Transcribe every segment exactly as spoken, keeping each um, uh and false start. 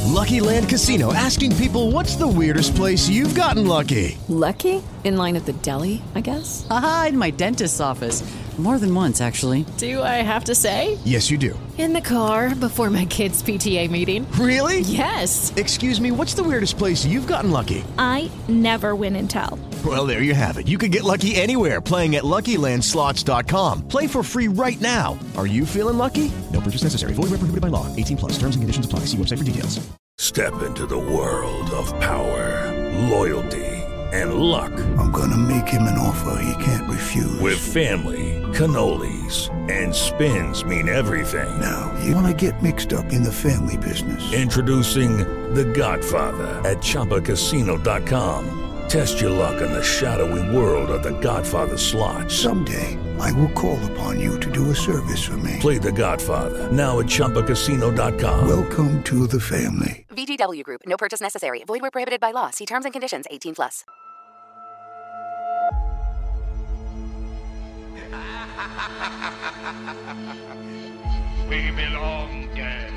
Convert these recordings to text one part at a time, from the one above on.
Lucky Land Casino, asking people, what's the weirdest place you've gotten lucky? Lucky? In line at the deli, I guess? Aha, in my dentist's office. More than once, actually. Do I have to say? Yes, you do. In the car before my kids' P T A meeting. Really? Yes. Excuse me, what's the weirdest place you've gotten lucky? I never win and tell. Well, there you have it. You can get lucky anywhere, playing at Lucky Land Slots dot com. Play for free right now. Are you feeling lucky? No purchase necessary. Void where prohibited by law. eighteen plus. Terms and conditions apply. See website for details. Step into the world of power, loyalty, and luck. I'm gonna make him an offer he can't refuse. With family, cannolis, and spins mean everything. Now, you wanna get mixed up in the family business. Introducing The Godfather at Chumba Casino dot com. Test your luck in the shadowy world of The Godfather slot. Someday, I will call upon you to do a service for me. Play The Godfather, now at Chumba Casino dot com. Welcome to the family. V G W Group. No purchase necessary. Void where prohibited by law. See terms and conditions. eighteen plus. We belong dead.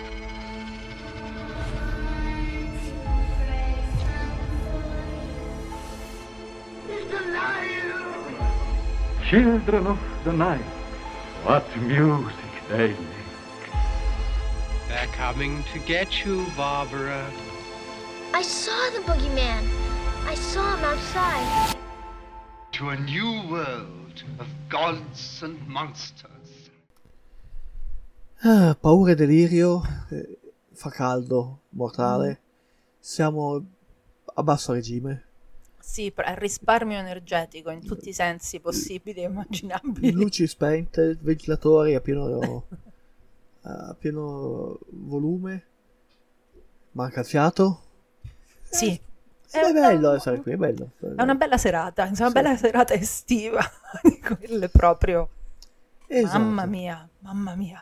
It's alive! Children of the night, what music they make. They're coming to get you, Barbara. I saw the boogeyman. I saw him outside. To a new world of gods and monsters. Ah, paura e delirio, eh, fa caldo, mortale, siamo a basso regime. Sì, risparmio energetico in tutti i sensi possibili e immaginabili. Luci spente, ventilatori a pieno, a pieno volume, manca il fiato. Sì. È, è bello essere qui, è bello. È una bella serata, insomma, una sì. bella serata estiva, di quelle proprio. Esatto. Mamma mia, mamma mia.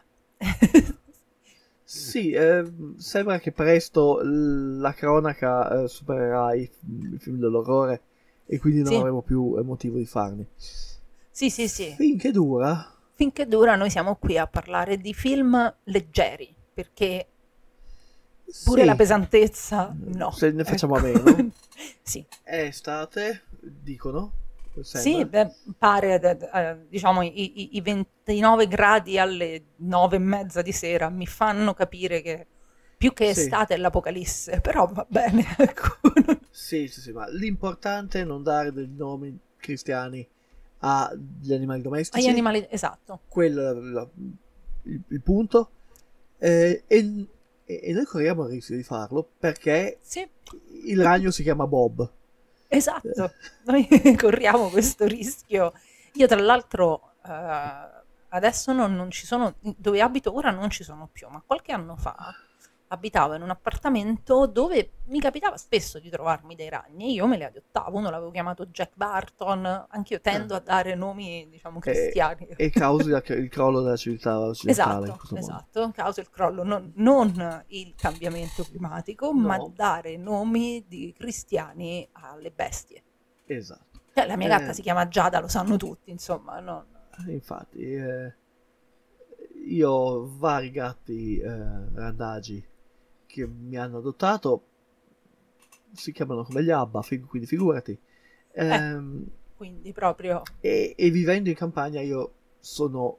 Sì, eh, sembra che presto la cronaca eh, supererà i, i film dell'orrore e quindi non sì. avremo più motivo di farne. Sì, sì, sì. Finché dura. Finché dura noi siamo qui a parlare di film leggeri, perché pure sì. la pesantezza no. Se ne facciamo ecco. a meno. Sì. È estate, dicono. Sì, beh, pare, eh, diciamo, i, i, i ventinove gradi alle nove e mezza di sera mi fanno capire che più che estate sì. è l'apocalisse, però va bene. Ecco. Sì, sì, sì, ma l'importante è non dare dei nomi cristiani agli animali domestici. Agli animali, esatto. Quello è il, il, il punto. Eh, e, e noi corriamo il rischio di farlo perché sì. il ragno si chiama Bob. Esatto, noi corriamo questo rischio. Io tra l'altro eh, adesso non, non ci sono, dove abito ora non ci sono più, ma qualche anno fa abitavo in un appartamento dove mi capitava spesso di trovarmi dei ragni e io me li adottavo. Uno l'avevo chiamato Jack Barton, anch'io tendo ah. a dare nomi diciamo cristiani. E, e causa il crollo della civiltà occidentale. Esatto, esatto, causa il crollo, non, non il cambiamento climatico, no. ma dare nomi di cristiani alle bestie. Esatto. Cioè, la mia gatta eh, si chiama Giada, lo sanno tutti, insomma. Non... Infatti, eh, io ho vari gatti eh, randagi che mi hanno adottato, si chiamano come gli Abba, fig- quindi figurati. Eh, ehm, quindi proprio... E, e vivendo in campagna io sono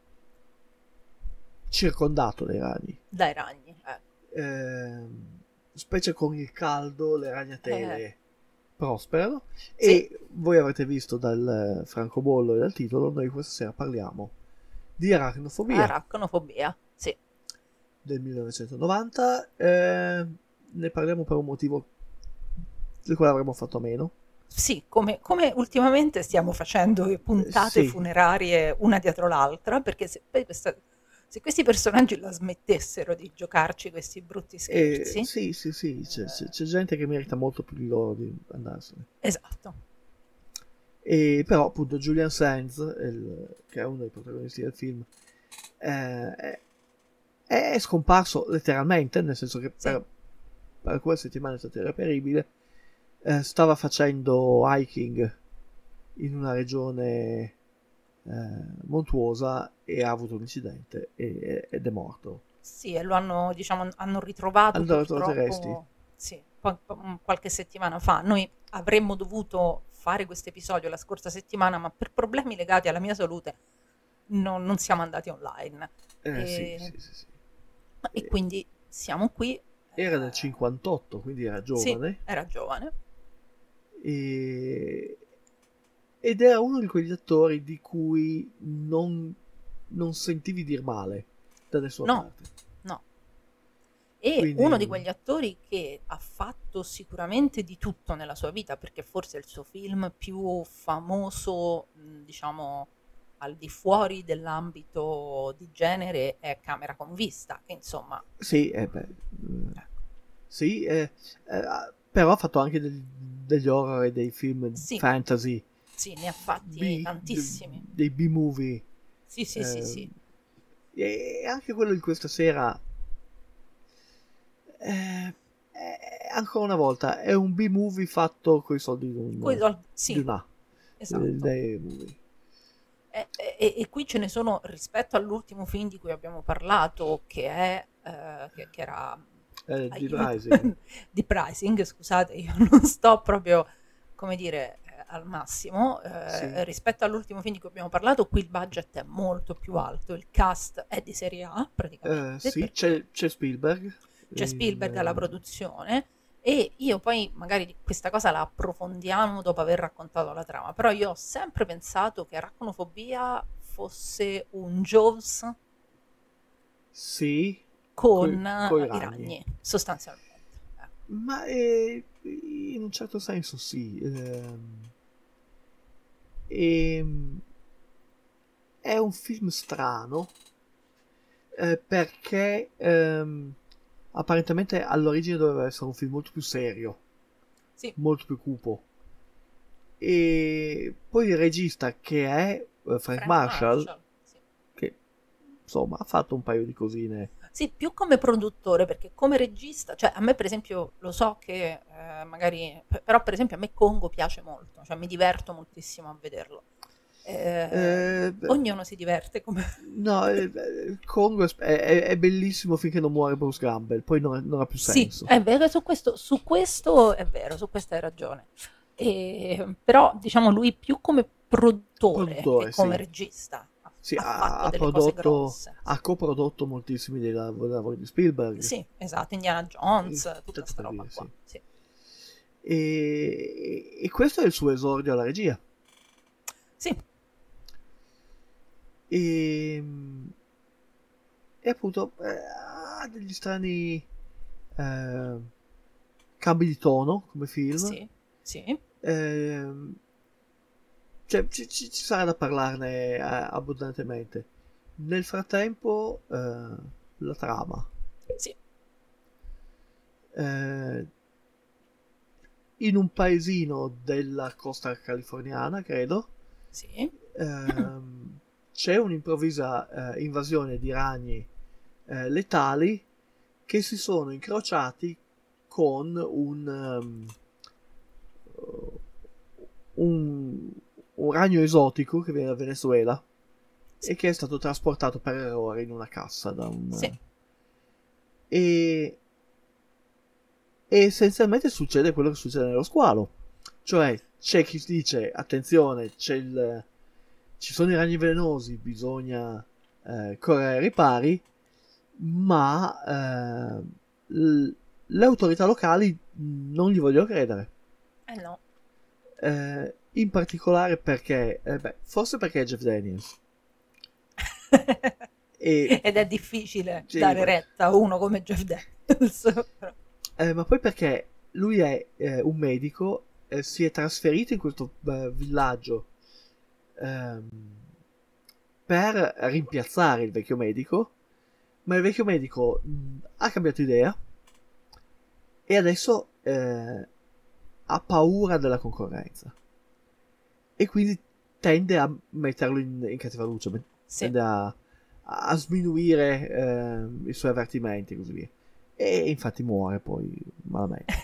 circondato dai ragni. Dai ragni, eh. Eh, specie con il caldo, le ragnatele eh. prosperano. Sì. E voi avrete visto dal francobollo e dal titolo, noi questa sera parliamo di arachnofobia. Arachnofobia, sì. Del millenovecentonovanta, eh, ne parliamo per un motivo del quale avremmo fatto a meno. Sì, come, come ultimamente stiamo facendo puntate eh, sì. funerarie una dietro l'altra, perché se, questa, se questi personaggi la smettessero di giocarci questi brutti scherzi... Eh, sì, sì, sì, c'è, c'è, c'è gente che merita molto più di loro di andarsene. Esatto. E però appunto Julian Sands, il, che è uno dei protagonisti del film, eh, è è scomparso letteralmente, nel senso che sì. per, per alcune settimane è stato irreperibile. Eh, stava facendo hiking in una regione eh, montuosa e ha avuto un incidente e, ed è morto Sì, e lo hanno, diciamo, hanno ritrovato Allora, purtroppo, trovate i resti? sì, po- po- qualche settimana fa. Noi avremmo dovuto fare questo episodio la scorsa settimana, ma per problemi legati alla mia salute non, non siamo andati online. Eh, e, sì, sì, sì, sì. e quindi siamo qui. Era del cinquantotto, quindi era giovane. Sì, era giovane. E... Ed era uno di quegli attori di cui non, non sentivi dir male da nessuna No, parte. no. E Quindi- uno di quegli attori che ha fatto sicuramente di tutto nella sua vita, perché forse il suo film più famoso, mh, diciamo, al di fuori dell'ambito di genere è Camera con vista, che insomma, Sì, eh beh, eh, sì, eh, eh, però ha fatto anche del- degli horror e dei film Sì. fantasy, sì, ne ha fatti B- tantissimi. dei B-movie. Sì, sì, sì, eh, sì. E anche quello di questa sera, eh, è- ancora una volta, è un B-movie fatto con i soldi di un, Coi sol- sì, di una, esatto. eh, dei movie. E, e- e qui ce ne sono rispetto all'ultimo film di cui abbiamo parlato, che è eh, che, che era Eh, di aiuto. Rising. di Pricing, scusate, io non sto proprio, come dire, eh, al massimo. eh, Sì. Rispetto all'ultimo film di cui abbiamo parlato, qui il budget è molto più alto, il cast è di serie A Eh, praticamente, sì, perché c'è, c'è Spielberg. c'è Spielberg alla Il- produzione. E io poi magari di questa cosa la approfondiamo dopo aver raccontato la trama, però io ho sempre pensato che Arachnofobia fosse un Jaws Sì, con coi- coi eh, i ragni. ragni, sostanzialmente. Eh, Ma eh, in un certo senso sì. ehm, ehm, è un film strano eh, perché ehm, apparentemente all'origine doveva essere un film molto più serio, Sì, molto più cupo. E poi il regista che è eh, Frank, Frank Marshall, Marshall, sì. che insomma ha fatto un paio di cosine. Sì, più come produttore, perché come regista, cioè a me per esempio, lo so che eh, magari, p- però per esempio a me Congo piace molto, cioè mi diverto moltissimo a vederlo. Eh, Eh, beh, ognuno si diverte come... no, eh, il Congo è, è- è bellissimo finché non muore Bruce Campbell, poi non, non ha più Sì, senso. è vero, su questo, su questo è vero, su questo hai ragione. E, però diciamo lui più come produttore, Produttore, che come sì. regista ha, Sì, ha ha, fatto ha delle cose prodotto, grosse. ha coprodotto moltissimi dei lav- dei lavori di Spielberg. Sì, esatto, Indiana Jones, Eh, tutta tanto sta per roba dire, qua. sì. Sì. E, e questo è il suo esordio alla regia. Sì, E, e appunto eh, ha degli strani eh, cambi di tono come film. sì, sì. Ehm, cioè, ci, ci- ci sarà da parlarne eh, abbondantemente. Nel frattempo, eh, la trama. Sì. Eh, in un paesino della costa californiana, credo, Sì. ehm, c'è un'improvvisa eh, invasione di ragni eh, letali che si sono incrociati con un, um, un, un ragno esotico che viene dal Venezuela e che è stato trasportato per errore in una cassa da un... Sì. E, e essenzialmente succede quello che succede nello squalo, cioè c'è chi dice attenzione, c'è il, ci sono i ragni velenosi, bisogna eh, correre ai ripari, ma eh, l- le autorità locali non gli vogliono credere. Eh no. Eh, in particolare perché, eh, beh, forse perché è Jeff Daniels. E, Ed è difficile Sì, dare ma- retta a uno come Jeff Daniels. Però- eh, ma poi perché lui è eh, un medico, eh, si è trasferito in questo eh, villaggio ehm, per rimpiazzare il vecchio medico, ma il vecchio medico mh, ha cambiato idea e adesso eh, ha paura della concorrenza e quindi tende a metterlo in, in cattiva luce, me- Sì. tende a, a sminuire ehm, i suoi avvertimenti e così via. E infatti muore poi malamente.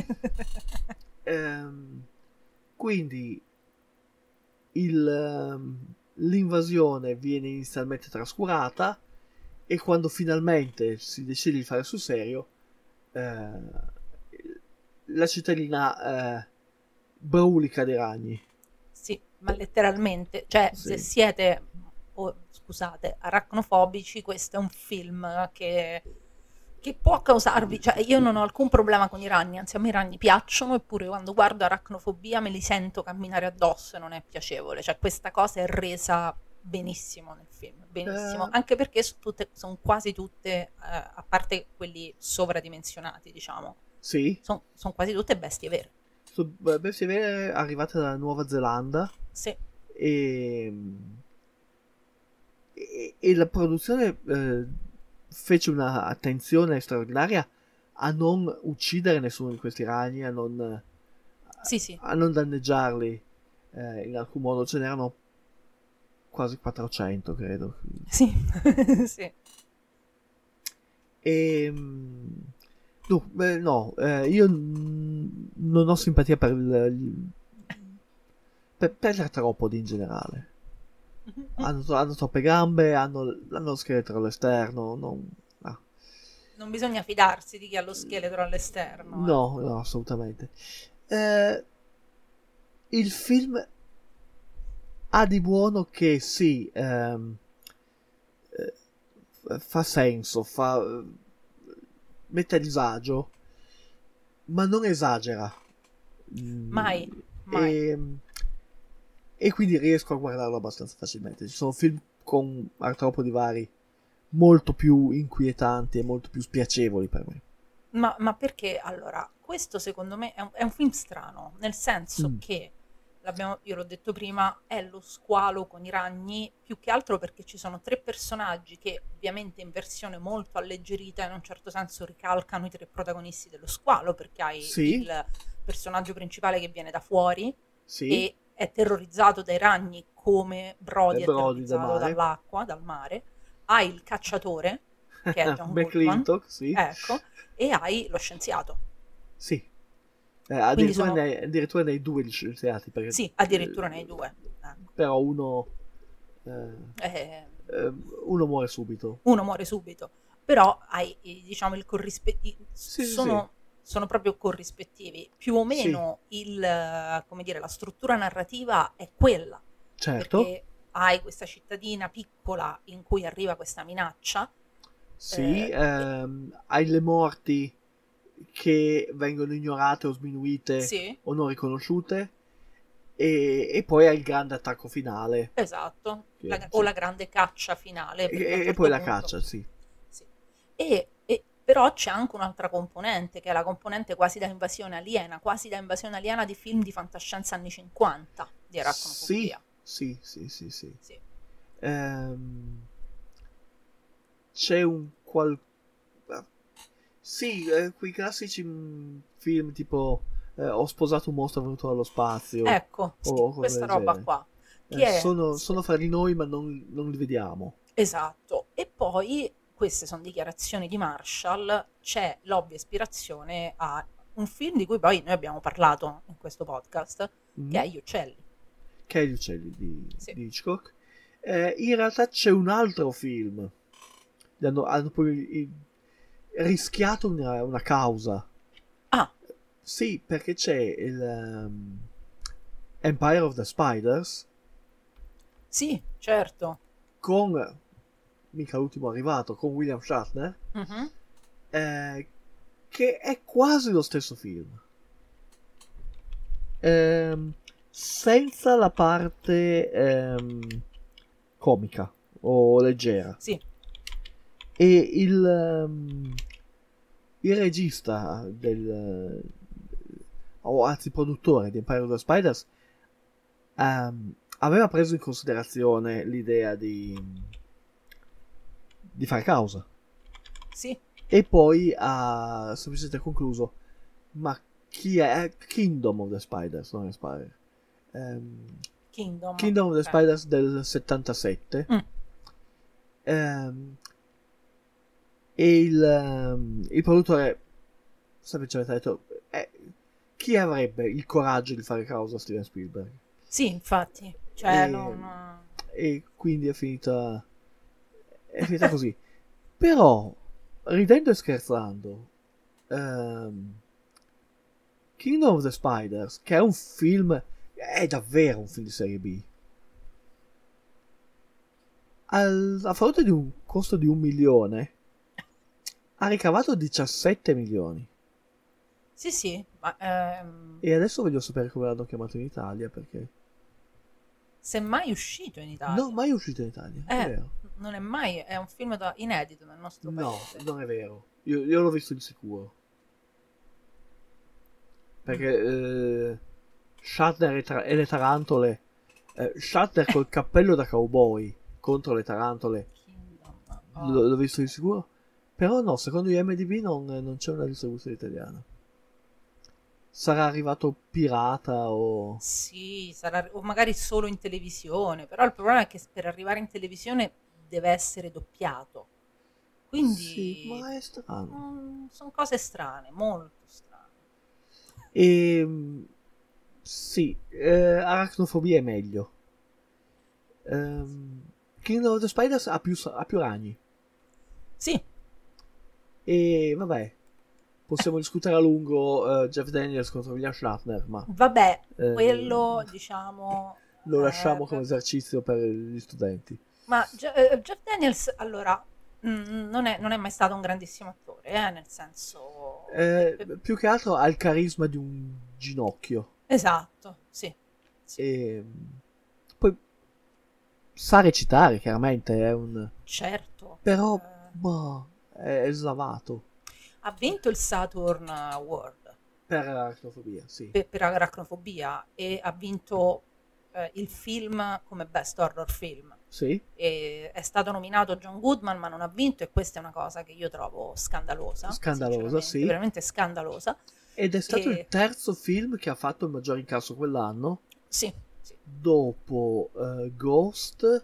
Ehm, quindi il, ehm, l'invasione viene inizialmente trascurata e quando finalmente si decide di fare sul serio, eh, la cittadina eh, brulica dei ragni. Sì, ma letteralmente, cioè Sì. se siete, oh, scusate, aracnofobici, questo è un film che, che può causarvi, cioè io non ho alcun problema con i ragni, anzi a me i ragni piacciono, eppure quando guardo aracnofobia me li sento camminare addosso e non è piacevole, cioè questa cosa è resa benissimo nel film, benissimo, Eh. anche perché sono tutte, sono quasi tutte, eh, a parte quelli sovradimensionati, diciamo, Sì, sono son quasi tutte bestie vere. so- beh, si vede arrivata dalla Nuova Zelanda Sì, e, e, e la produzione eh, fece una attenzione straordinaria a non uccidere nessuno di questi ragni, a non, sì, sì. a non danneggiarli eh, in alcun modo. Ce n'erano quasi quattrocento, credo. Sì, sì. E, mm, no, beh, no eh, io n- non ho simpatia per il, per, per gli artropodi in generale. Hanno, hanno troppe gambe, hanno, hanno lo scheletro all'esterno. Non, ah. Non bisogna fidarsi di chi ha lo scheletro all'esterno. No, no, assolutamente. Eh, il film ha di buono che sì, ehm, eh, fa senso, fa, mette a disagio, ma non esagera. Mai, mai. E, e quindi riesco a guardarlo abbastanza facilmente. Ci sono film con artropodi vari molto più inquietanti e molto più spiacevoli per me. Ma, ma perché, allora, questo secondo me è un, è un film strano, nel senso Mm. che, l'abbiamo, io l'ho detto prima, è lo squalo con i ragni, più che altro perché ci sono tre personaggi che ovviamente in versione molto alleggerita in un certo senso ricalcano i tre protagonisti dello squalo, perché hai Sì. il personaggio principale che viene da fuori Sì. e è terrorizzato dai ragni come Brody Eh, è Brody dal terrorizzato mare. dall'acqua, dal mare. Hai il cacciatore, che è John Goodman, McClintock, sì. ecco, e hai lo scienziato. Sì. Eh, addirittura, sono- nei, addirittura nei due licenziati. Perché, Sì, addirittura eh, nei due. Ecco. Però uno, eh, Eh, eh, uno muore subito. uno muore subito, però hai, eh, diciamo, il corrispettivo, Sì, sì, sono, sono proprio corrispettivi. Più o Sì. meno il, eh, come dire, la struttura narrativa è quella, Certo. perché hai questa cittadina piccola in cui arriva questa minaccia. Sì, eh, ehm, hai le morti che vengono ignorate o sminuite Sì. o non riconosciute e, e poi hai il grande attacco finale Esatto, Che- la- sì. o la grande caccia finale. perché a un e, e certo poi la punto- caccia, sì. Sì. E, e- però c'è anche un'altra componente, che è la componente quasi da invasione aliena, quasi da invasione aliena di film di fantascienza anni cinquanta, di Sì, aracnofobia. sì, sì, sì, sì. Sì. Ehm, c'è un qual... Sì, eh, quei classici mm, film tipo eh, Ho sposato un mostro venuto dallo spazio. Ecco, sì, o cose questa del roba genere. qua. Che Eh, è- sono, sì. sono fra di noi ma non, non li vediamo. Esatto. E poi, queste sono dichiarazioni di Marshall, c'è l'ovvia ispirazione a un film di cui poi noi abbiamo parlato in questo podcast, Mm. che è Gli uccelli. Che è Gli uccelli di, Sì. di Hitchcock. Eh, in realtà c'è un altro film. Hanno, hanno poi i- rischiato una, una causa. Ah. Sì, perché c'è il um, Empire of the Spiders Sì, certo. con, mica l'ultimo arrivato, con William Shatner, Mhm. eh, che è quasi lo stesso film. Ehm, senza la parte ehm, comica o leggera. Sì. E il, ehm, il regista del o anzi produttore di Empire of the Spiders ehm, aveva preso in considerazione l'idea di di fare causa Sì. e poi ha semplicemente concluso: ma chi è Kingdom of the Spiders, non è Spider ehm, Kingdom. Kingdom of the Ok. Spiders del settantasette. Mm. Ehm, e il, ehm, il produttore semplicemente ha detto: eh, chi avrebbe il coraggio di fare causa a Steven Spielberg? Sì, infatti. Cioè, E- non... E quindi è finita è finita così. Però, ridendo e scherzando, um, Kingdom of the Spiders, che è un film, è davvero un film di serie B, al, a fronte di un costo di un milione, ha ricavato diciassette milioni. Sì, sì, ma... Ehm... E adesso voglio sapere come l'hanno chiamato in Italia, perché... Se è mai uscito in Italia? No, mai uscito in Italia, eh, è vero. Non è mai, è un film da, inedito nel nostro paese. No, non è vero. Io, io l'ho visto di sicuro. Perché mm. eh, Shatner e, tra- e le tarantole, eh, Shatner col cappello da cowboy contro le tarantole, oh. l- l'ho visto di sicuro. Però no, secondo I M D B non, non c'è una distribuzione italiana. Sarà arrivato pirata o... Sì, sarà, o magari solo in televisione, però il problema è che per arrivare in televisione deve essere doppiato. Quindi... Sì, ma è strano. Mm, sono cose strane, molto strane. E... Sì, eh, Arachnofobia è meglio. Um, Kingdom of the Spiders ha più, ha più ragni. Sì. E vabbè, possiamo discutere a lungo uh, Jeff Daniels contro William Shatner, ma... Vabbè, eh, quello, diciamo... Lo lasciamo eh, come esercizio per gli studenti. Ma uh, Jeff Daniels, allora, mh, non, è, non è mai stato un grandissimo attore, eh, nel senso... Eh, più che altro ha il carisma di un ginocchio. Esatto, sì. sì. E poi sa recitare, chiaramente, è un... Certo. Però, eh... boh, è slavato. Ha vinto il Saturn Award per Arachnofobia, sì. Per, per Arachnofobia, e ha vinto eh, il film come Best Horror Film. Sì. E è stato nominato John Goodman, ma non ha vinto, e questa è una cosa che io trovo scandalosa. Scandalosa, sì. Veramente scandalosa. Ed è stato e... il terzo film che ha fatto il maggior incasso quell'anno. Sì. sì. Dopo uh, Ghost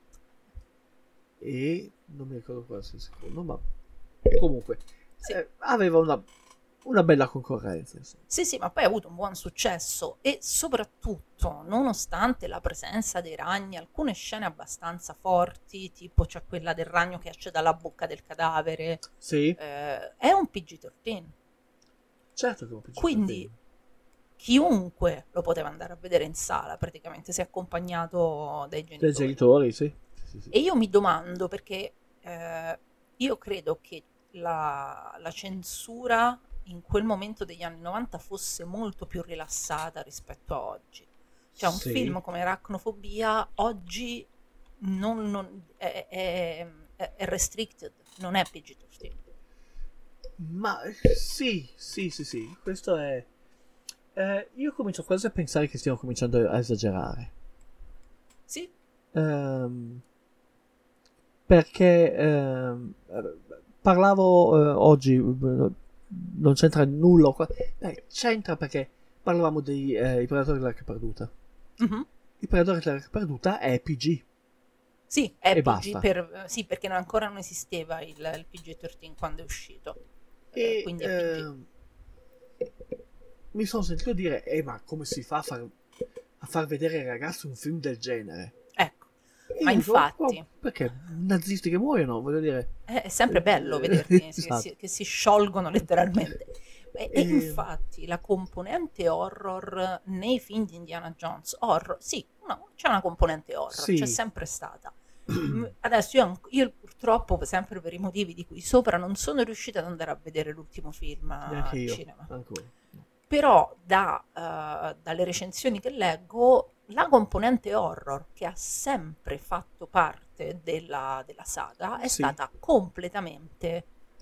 e non mi ricordo qual è il secondo, ma comunque sì. eh, aveva una, una bella concorrenza, insomma. Sì, sì, ma poi ha avuto un buon successo, e soprattutto, nonostante la presenza dei ragni, alcune scene abbastanza forti, tipo c'è quella del ragno che esce dalla bocca del cadavere, sì. eh, è un P G tredici. Certo che è un P G tredici. Quindi chiunque lo poteva andare a vedere in sala, praticamente, se accompagnato dai genitori. Dai genitori, sì. Sì, sì. E io mi domando, perché eh, io credo che la, la censura in quel momento degli anni novanta fosse molto più rilassata rispetto a oggi. Cioè un sì. film come Arachnofobia oggi non, non, è, è, è restricted, non è P G tredici. Ma sì, sì, sì, sì, questo è... Eh, io comincio quasi a pensare che stiamo cominciando a esagerare. Sì. Um, perché um, parlavo uh, oggi, non c'entra nulla, eh, c'entra perché parlavamo dei eh, i Predatori dell'Arca Perduta. Mm-hmm. I Predatori dell'Arca Perduta è P G. Sì, è e P G basta. per, sì, perché non, ancora non esisteva il, il P G tredici quando è uscito. E, eh, quindi è P G. Eh, mi sono sentito dire, eh, ma come si fa a far, a far vedere ai ragazzi un film del genere? Ecco. E Ma dico, infatti, oh, perché nazisti che muoiono, voglio dire, è, è sempre bello vederli esatto. che, si, che si sciolgono letteralmente. E, e E- infatti la componente horror nei film di Indiana Jones, horror, sì, no, c'è una componente horror, Sì. c'è sempre stata. Mm, Adesso io, io purtroppo, sempre per i motivi di cui sopra, non sono riuscita ad andare a vedere l'ultimo film neanche al io, cinema. ancora. Però da, eh, dalle recensioni che leggo, la componente horror, che ha sempre fatto parte della, della saga, è Sì. stata completamente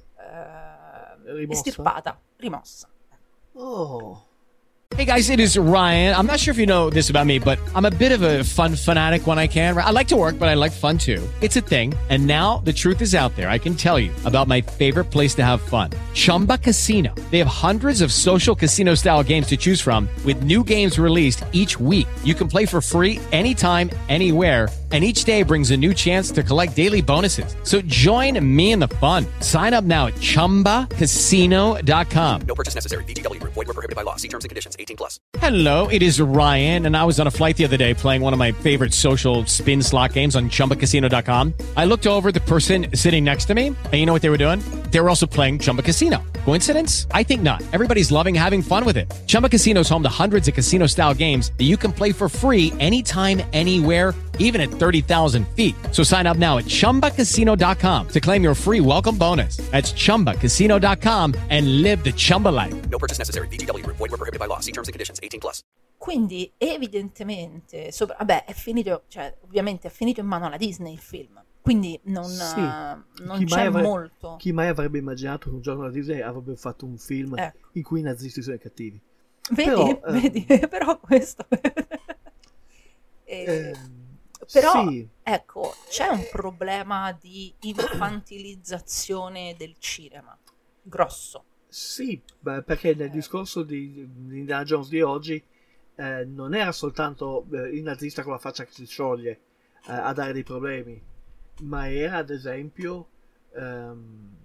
eh, Rimossa? estirpata, rimossa. Oh, Hey guys, it is Ryan. I'm not sure if you know this about me, but I'm a bit of a fun fanatic when I can. I like to work, but I like fun too. It's a thing. And now the truth is out there. I can tell you about my favorite place to have fun. Chumba Casino. They have hundreds of social casino style games to choose from with new games released each week. You can play for free anytime, anywhere. and each day brings a new chance to collect daily bonuses. So join me in the fun. Sign up now at chumba casino dot com. No purchase necessary. V G W Group. Void were prohibited by law. See terms and conditions. eighteen plus. Hello, it is Ryan, and I was on a flight the other day playing one of my favorite social spin slot games on chumba casino dot com. I looked over at the person sitting next to me, and you know what they were doing? They were also playing Chumba Casino. Coincidence? I think not. Everybody's loving having fun with it. Chumba Casino is home to hundreds of casino-style games that you can play for free anytime, anywhere, even at thirty thousand feet. So sign up now at chumba casino dot com to claim your free welcome bonus. That's chumba casino dot com and live the Chumba life. No purchase necessary. V G W Group. Void were prohibited by law. See terms and conditions. eighteen plus. Quindi evidentemente, sopra, vabbè, è finito, cioè ovviamente è finito in mano alla Disney il film. Quindi non, sì. uh, non chi c'è mai avre- molto. Chi mai avrebbe immaginato che un giorno la Disney avrebbe fatto un film ecco. in cui i nazisti sono i cattivi? Vedi, però, vedi, eh, però questo... e, eh, però, sì. ecco, c'è un problema di infantilizzazione del cinema, grosso. Sì, beh, perché nel discorso di, di Indiana Jones di oggi eh, non era soltanto eh, il nazista con la faccia che si scioglie eh, a dare dei problemi, ma era ad esempio ehm,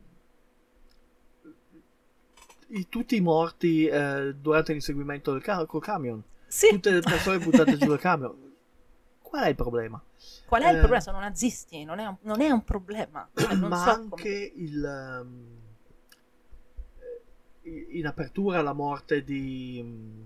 i, tutti i morti eh, durante l'inseguimento del ca- col camion, sì. tutte le persone buttate giù dal camion. Qual è il problema? Qual è eh, il problema? Sono nazisti, non è un, non è un problema. Cioè, non ma so anche come... il um, in apertura la morte di um,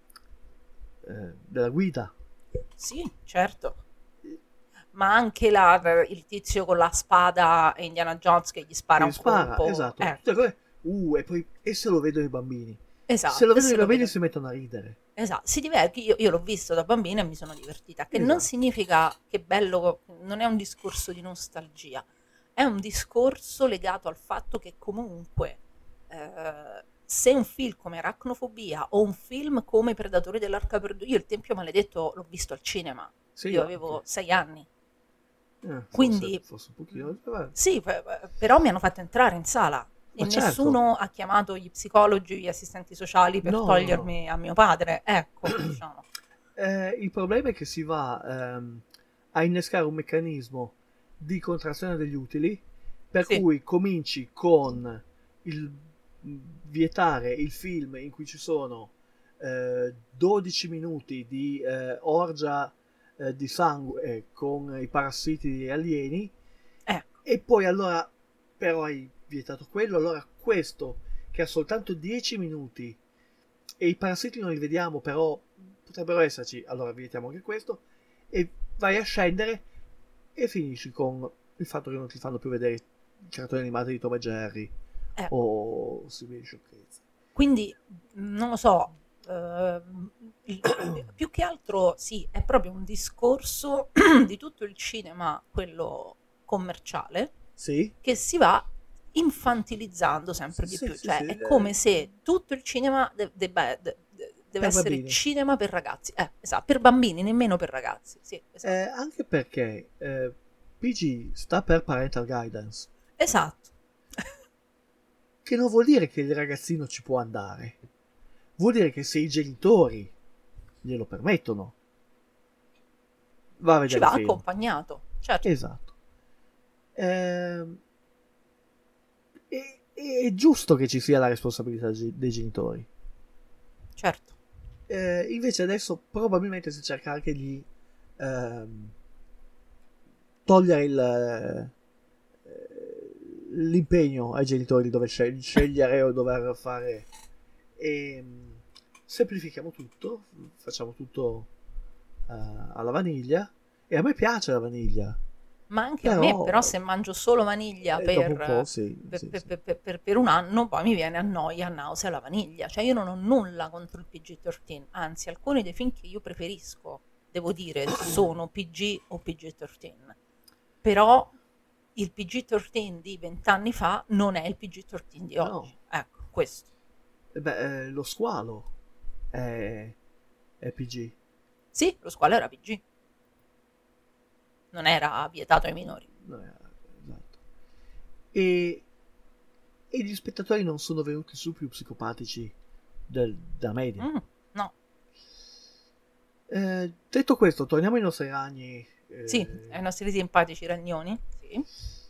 eh, della guida. Sì, certo. Ma anche la, il tizio con la spada e Indiana Jones che gli spara che un spara, colpo. esatto. Eh. Uh, e poi e se lo vedono i bambini. Esatto. Se lo vedono se i bambini vedo... si mettono a ridere. Esatto, si diverte. Io, io l'ho visto da bambina e mi sono divertita. Che esatto. non significa che bello, non è un discorso di nostalgia, è un discorso legato al fatto che comunque eh, se un film come Arachnofobia o un film come Predatori dell'Arca Perduta, io il Tempio Maledetto l'ho visto al cinema, sì, io avevo okay. sei anni. Eh, Quindi forse, forse un pochino, vabbè. Sì, però mi hanno fatto entrare in sala. E certo. Nessuno ha chiamato gli psicologi, gli assistenti sociali per no, togliermi no. a mio padre. Ecco, diciamo. Eh, il problema è che si va ehm, a innescare un meccanismo di contrazione degli utili, per sì. cui cominci con il vietare il film in cui ci sono eh, dodici minuti di eh, orgia eh, di sangue con i parassiti alieni, eh. e poi allora però hai vietato quello, allora questo che ha soltanto dieci minuti e i parassiti non li vediamo però potrebbero esserci, allora vietiamo anche questo, e vai a scendere e finisci con il fatto che non ti fanno più vedere i cartoni animati di Tom e Jerry eh. o simili sciocchezze. Quindi non lo so, eh, il, più che altro sì, è proprio un discorso di tutto il cinema, quello commerciale, sì. che si va infantilizzando sempre di sì, più, sì, cioè sì, è eh. come se tutto il cinema de- debba, de- de- deve per essere bambini. Cinema per ragazzi, eh, esatto, per bambini, nemmeno per ragazzi, sì, esatto. Eh, anche perché eh, P G sta per Parental Guidance, esatto, che non vuol dire che il ragazzino ci può andare, vuol dire che se i genitori glielo permettono va a vedere ci va il film. accompagnato, certo. Esatto. Eh, è, è giusto che ci sia la responsabilità dei genitori. Certo. Eh, invece adesso probabilmente si cerca anche di ehm, togliere il, eh, l'impegno ai genitori di dover scel- scegliere o dover fare, e semplifichiamo tutto, facciamo tutto uh, alla vaniglia, e a me piace la vaniglia. Ma anche però, a me, però se mangio solo vaniglia eh, per, un po', sì, per, sì, per, sì. Per, per, per, per un anno, poi mi viene a noia, a nausea la vaniglia. Cioè io non ho nulla contro il P G tredici, anzi alcuni dei film che io preferisco, devo dire, sono P G o P G tredici. Però il P G tredici di vent'anni fa non è il P G tredici di oggi. No. Ecco, questo. Eh beh, eh, lo squalo è, è P G. Sì, lo squalo era P G. Non era vietato ai minori. No, esatto. E, e gli spettatori non sono venuti su più psicopatici del, della media. Mm, no. Eh, detto questo, torniamo ai nostri ragni eh, Sì, ai nostri simpatici ragnoni. Sì.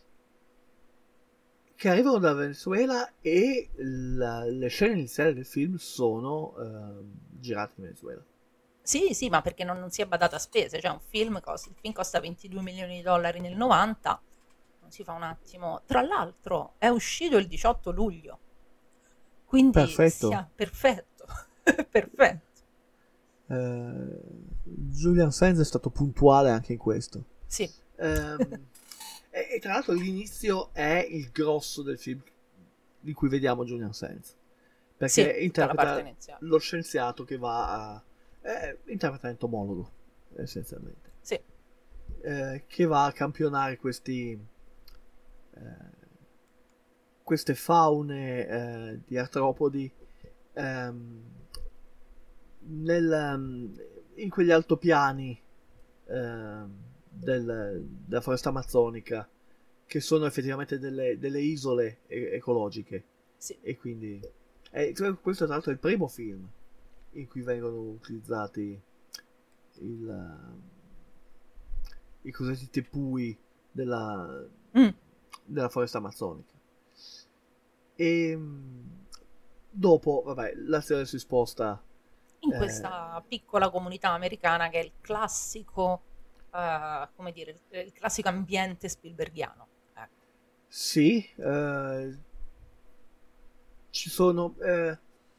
che arrivano dal Venezuela e la- le scene iniziali del film sono eh, girate in Venezuela. Sì, sì, ma perché non, non si è badato a spese, cioè un film, costa, il film costa ventidue milioni di dollari nel novanta, non si fa un attimo. Tra l'altro è uscito il diciotto luglio, quindi Perfetto. sia perfetto, perfetto. Eh, Julian Sands è stato puntuale anche in questo. Sì. Ehm, e, e tra l'altro l'inizio è il grosso del film di cui vediamo Julian Sands, perché Sì, tutta la interpreta parte iniziale. lo scienziato che va a eh, interpreta entomologo essenzialmente, Sì. eh, che va a campionare questi eh, queste faune eh, di artropodi ehm, nel, um, in quegli altopiani ehm, del- della foresta amazzonica, che sono effettivamente delle, delle isole e- ecologiche. Sì. E quindi eh, cioè, questo tra l'altro è il primo film in cui vengono utilizzati il, um, i cosiddetti tepui della, Mm. della foresta amazzonica. E mm, dopo, vabbè, l'azione si sposta In eh, questa piccola comunità americana che è il classico, eh, come dire, il, il classico ambiente Spielbergiano. Ecco. sì, eh, ci sono eh,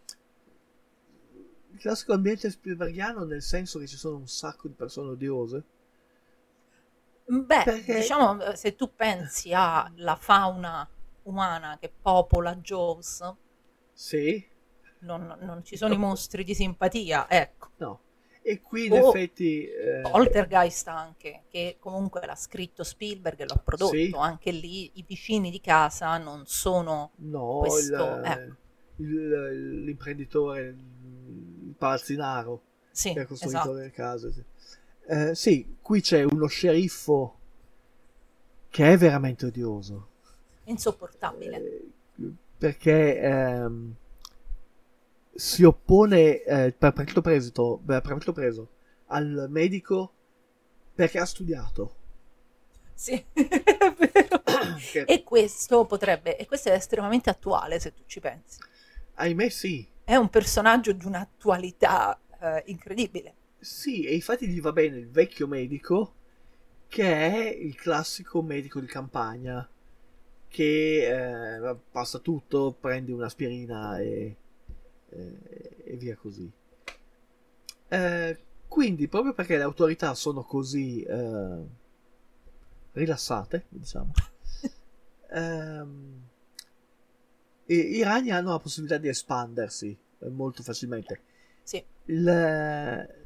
il classico ambiente Spielbergiano, nel senso che ci sono un sacco di persone odiose. Beh, Perché- diciamo, eh, se tu pensi alla fauna umana che popola Jaws, Sì, non, non ci sono i mostri di simpatia, ecco. no. E qui in O effetti eh, Poltergeist anche, che comunque l'ha scritto Spielberg e l'ha prodotto, Sì. anche lì i vicini di casa non sono no, questo, il- ecco. il- l'imprenditore, il palazzinaro Sì, che ha costruito esatto. le case. Sì. Eh, sì, qui c'è uno sceriffo che è veramente odioso. Insopportabile. Eh, perché ehm, si oppone eh, per partito preso, per partito preso al medico perché ha studiato. Sì, è vero. Che, E questo potrebbe, e questo è estremamente attuale se tu ci pensi. ahimè sì, È un personaggio di un'attualità eh, incredibile. sì, e infatti gli va bene il vecchio medico, che è il classico medico di campagna che eh, passa tutto, prendi un'aspirina e, e, e via così. Eh, quindi, proprio perché le autorità sono così eh, rilassate, diciamo, ehm, i, i ragni hanno la possibilità di espandersi eh, molto facilmente. Sì. Il,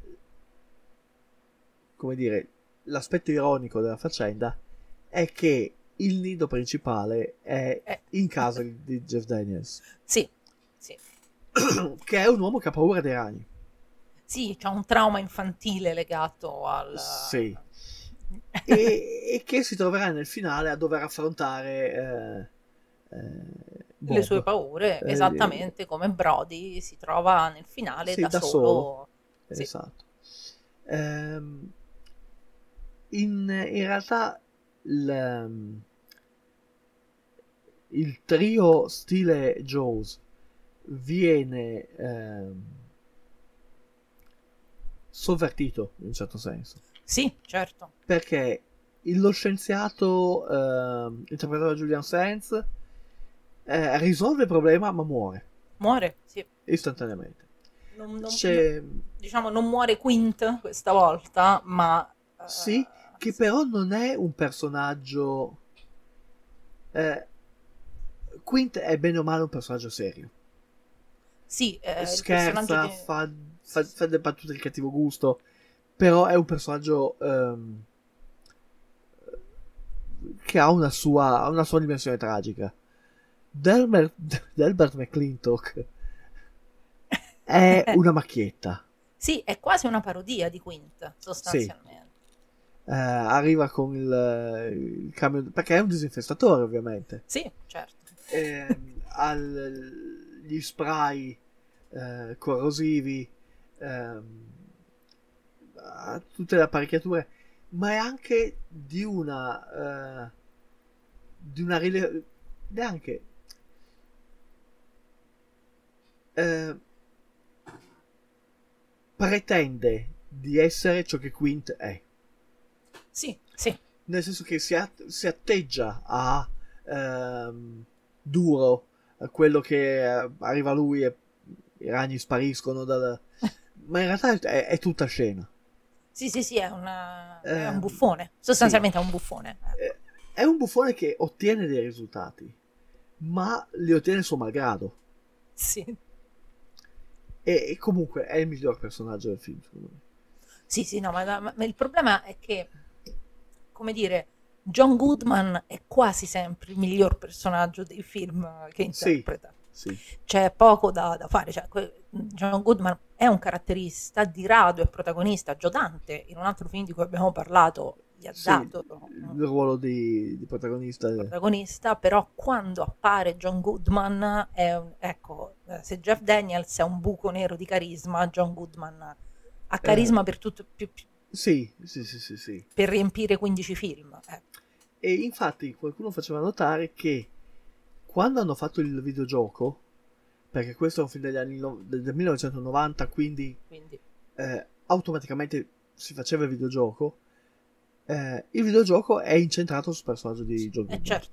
come dire, l'aspetto ironico della faccenda è che il nido principale è Eh. in casa di Jeff Daniels, Sì, sì. che è un uomo che ha paura dei ragni. Sì, c'è un trauma infantile legato al... Sì. e, e che si troverà nel finale a dover affrontare eh, eh, Bob. le sue paure, Eh, esattamente come Brody si trova nel finale Sì, da, da solo. solo. Sì. Esatto. Ehm, in, in realtà il, il trio stile Jaws viene ehm, sovvertito in un certo senso, Sì, certo. perché lo scienziato ehm, interpretato da Julian Sands eh, risolve il problema ma muore Muore, sì. istantaneamente. Non, non- C'è, non- diciamo, non muore Quint questa volta, ma... eh, sì, che però non è un personaggio eh, Quint è bene o male un personaggio serio, Sì, eh, il scherza, personaggio di... fa, fa, fa delle battute di cattivo gusto, però è un personaggio ehm, che ha una sua, una sua dimensione tragica. Delbert, Delbert McClintock è una macchietta. Sì, è quasi una parodia di Quint, sostanzialmente. Eh, arriva con il, il camion, perché è un disinfestatore ovviamente. Sì, certo. Ehm, al- gli spray eh, corrosivi, ehm, a tutte le apparecchiature, ma è anche di una uh, di una rile- neanche uh, pretende di essere ciò che Quint è. Sì, sì. Nel senso che si, att- si atteggia a um, duro a quello che uh, arriva lui e i ragni spariscono dal... ma in realtà è, è tutta scena. Sì, sì, sì, è, una, Eh, è un buffone, sostanzialmente sì. È un buffone. È un buffone che ottiene dei risultati, ma li ottiene suo malgrado. Sì. E, e comunque è il miglior personaggio del film, secondo me. Sì, sì, no, ma, ma, ma il problema è che, come dire, John Goodman è quasi sempre il miglior personaggio dei film che interpreta. Sì, sì. C'è poco da, da fare. Cioè, John Goodman è un caratterista, di rado è protagonista. Joe Dante, in un altro film di cui abbiamo parlato, gli ha sì, dato il ruolo di, di protagonista. protagonista, però quando appare John Goodman è un, ecco, se Jeff Daniels è un buco nero di carisma, John Goodman ha carisma eh, per tutto più, più, sì, sì, sì, sì, sì. per riempire quindici film. Eh. E infatti qualcuno faceva notare che quando hanno fatto il videogioco, perché questo è un film degli anni no, del millenovecentonovanta, quindi, quindi. Eh, automaticamente si faceva il videogioco, eh, il videogioco è incentrato sul personaggio di John Goodman. Eh, certo.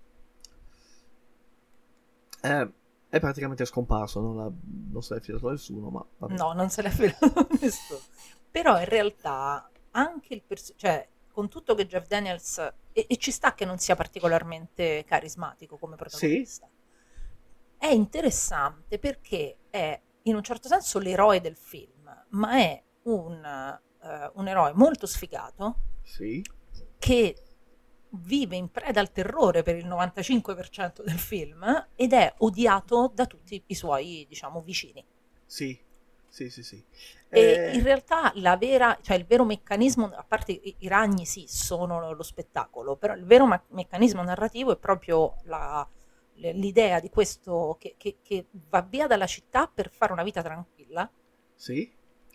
Eh, è praticamente scomparso, non, ha, non se l'è fidato nessuno, ma vabbè. No, non se l'è fidato nessuno. Però in realtà anche il personaggio, cioè con tutto che Jeff Daniels, e, e ci sta che non sia particolarmente carismatico come protagonista, sì. È interessante perché è in un certo senso l'eroe del film, ma è un, uh, un eroe molto sfigato, sì. Che vive in preda al terrore per il novantacinque per cento del film ed è odiato da tutti i suoi, diciamo, vicini. Sì, sì, sì, sì. E eh... in realtà la vera, cioè il vero meccanismo, a parte i, i ragni sì, sono lo spettacolo, però il vero ma- meccanismo narrativo è proprio la, l'idea di questo che, che, che va via dalla città per fare una vita tranquilla. Sì.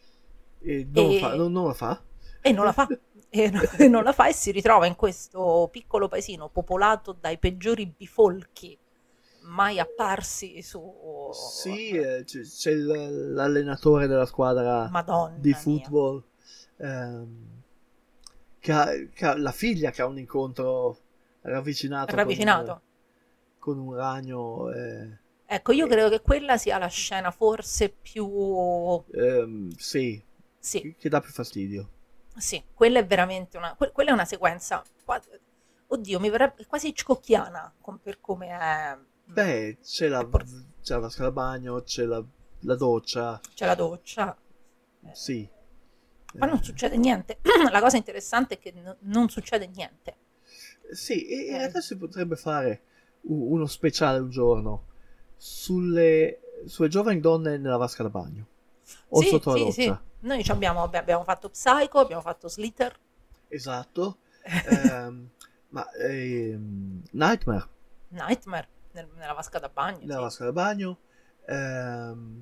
E non, e... Fa, non, non la fa. E non la fa. E non la fa e si ritrova in questo piccolo paesino popolato dai peggiori bifolchi mai apparsi su... Sì, eh, c'è, c'è l'allenatore della squadra Madonna di football ehm, che, ha, che ha la figlia che ha un incontro ravvicinato, ravvicinato. Con, con un ragno. Eh, ecco, io eh, credo che quella sia la scena forse più... Ehm, sì, sì. Che, che dà più fastidio. Sì, quella è veramente una, que- quella è una sequenza, oddio, mi verrebbe quasi hitchcockiana com- per come è. Beh, c'è la, por- c'è la vasca da bagno, c'è la, la doccia. C'è la doccia. Sì. Ma eh. non succede niente. La cosa interessante è che n- non succede niente. Sì, e in eh. realtà si potrebbe fare u- uno speciale un giorno sulle, sulle giovani donne nella vasca da bagno. O sì, sotto sì, la doccia. Sì. Noi abbiamo, abbiamo fatto Psycho, abbiamo fatto Slither. Esatto. ehm, ma ehm, Nightmare. Nightmare, nel, nella vasca da bagno. Nella sì. vasca da bagno. Ehm,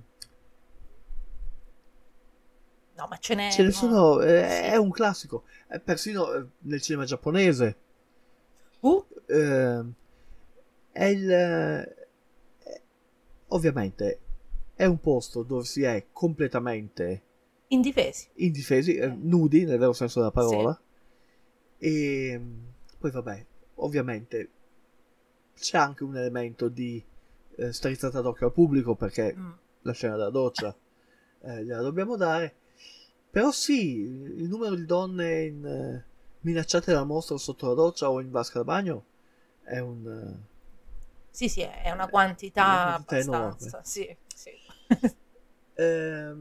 no, ma ce n'è... Ce ne no. sono, eh, sì. È un classico. È persino eh, nel cinema giapponese. Uh? Ehm, è il... Eh, ovviamente è un posto dove si è completamente... indifesi, indifesi eh, nudi nel vero senso della parola. Sì. E poi vabbè, ovviamente c'è anche un elemento di eh, strizzata d'occhio al pubblico perché mm. la scena della doccia eh, gliela dobbiamo dare, però sì, il numero di donne in, eh, minacciate dal mostro sotto la doccia o in vasca da bagno è un eh, sì sì è una quantità, una quantità abbastanza enorme. Sì, sì. eh,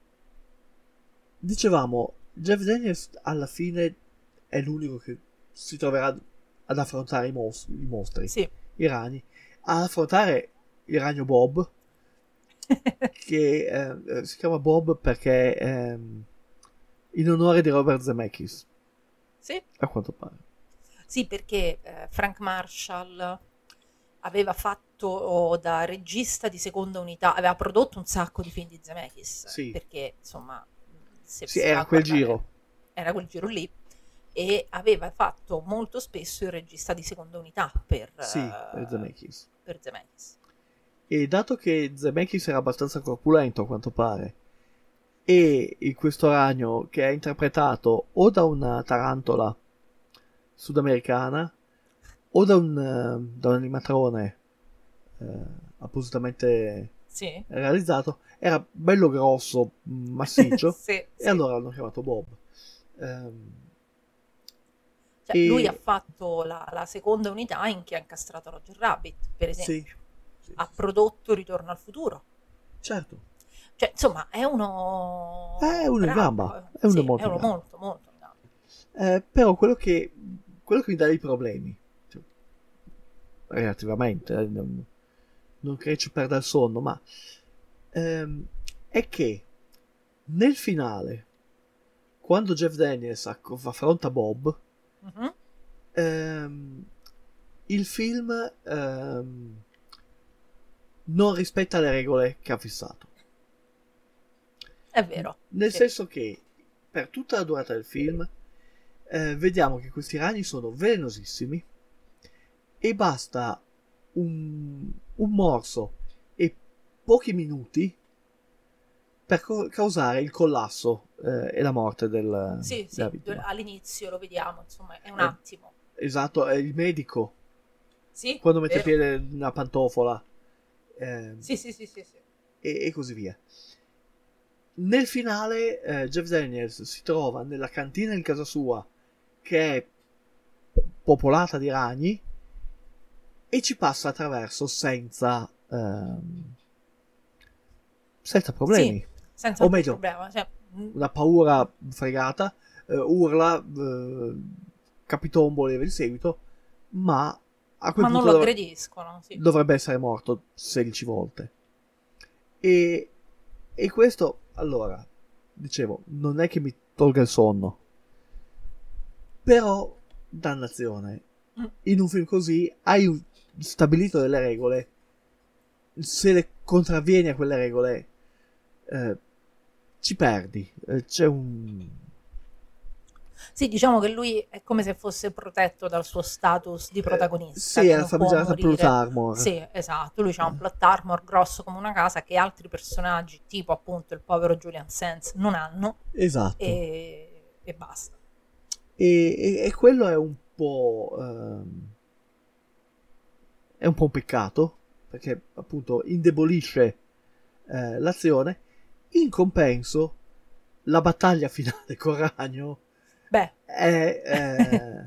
Dicevamo, Jeff Daniels alla fine è l'unico che si troverà ad affrontare i, mos- i mostri, sì. I ragni, ad affrontare il ragno Bob, che eh, si chiama Bob perché ehm, in onore di Robert Zemeckis. Sì. A quanto pare. Sì, perché eh, Frank Marshall aveva fatto da regista di seconda unità, aveva prodotto un sacco di film di Zemeckis, sì. Perché insomma... Se sì, era quel giro. Era quel giro lì. e aveva fatto molto spesso il regista di seconda unità per, Sì, eh, per Zemeckis. per Zemeckis. E dato che Zemeckis era abbastanza corpulento a quanto pare, e in questo ragno che è interpretato o da una tarantola sudamericana o da un, uh, da un animatrone uh, appositamente Sì. realizzato, era bello grosso, massiccio, Sì, e sì. allora l'hanno chiamato Bob. Um, Cioè, e- lui ha fatto la, la seconda unità in chi ha incastrato Roger Rabbit, per esempio. Sì, Ha prodotto Ritorno al futuro. certo. Cioè, insomma, è uno... È uno in bravo, gamba, è uno sì, molto è in uno gamba. molto, molto in gamba. Eh, però quello che, quello che mi dà dei problemi, cioè, relativamente, eh, non, non credo ci perda il sonno, ma ehm, è che nel finale, quando Jeff Daniels acc- affronta Bob, Mhm. ehm, il film ehm, non rispetta le regole che ha fissato. È vero. Nel sì. senso che per tutta la durata del film eh, vediamo che questi ragni sono velenosissimi e basta un, un morso e pochi minuti per co- causare il collasso eh, e la morte del, Sì, sì, della vittima. all'inizio lo vediamo, insomma, è un Eh, attimo. Esatto, è il medico Sì, quando mette vero. piede in una pantofola eh, Sì, sì, sì, sì, sì. e, e così via. Nel finale eh, Jeff Daniels si trova nella cantina di casa sua che è popolata di ragni e ci passa attraverso senza ehm, senza problemi, Sì, senza o alcun meglio problema. Cioè, mm, una paura fregata, eh, urla, eh, capitomboli e via di seguito, ma a quel ma non punto lo dov- aggrediscono, sì. dovrebbe essere morto sedici volte. E, e questo, allora, dicevo, non è che mi tolga il sonno, però, dannazione, Mm. in un film così hai un- stabilito delle regole, se le contravvieni a quelle regole, eh, ci perdi. Eh, c'è un... Sì, diciamo che lui è come se fosse protetto dal suo status di protagonista. sì, che è la non può famigerata morire. plot armor. Sì, esatto. Lui ha un plot armor grosso come una casa che altri personaggi, tipo appunto il povero Julian Sands, non hanno. Esatto. E, e basta. E, e- e quello è un po' ehm, è un po' un peccato, perché appunto indebolisce eh, l'azione. In compenso la battaglia finale con Ragno Beh, è, eh,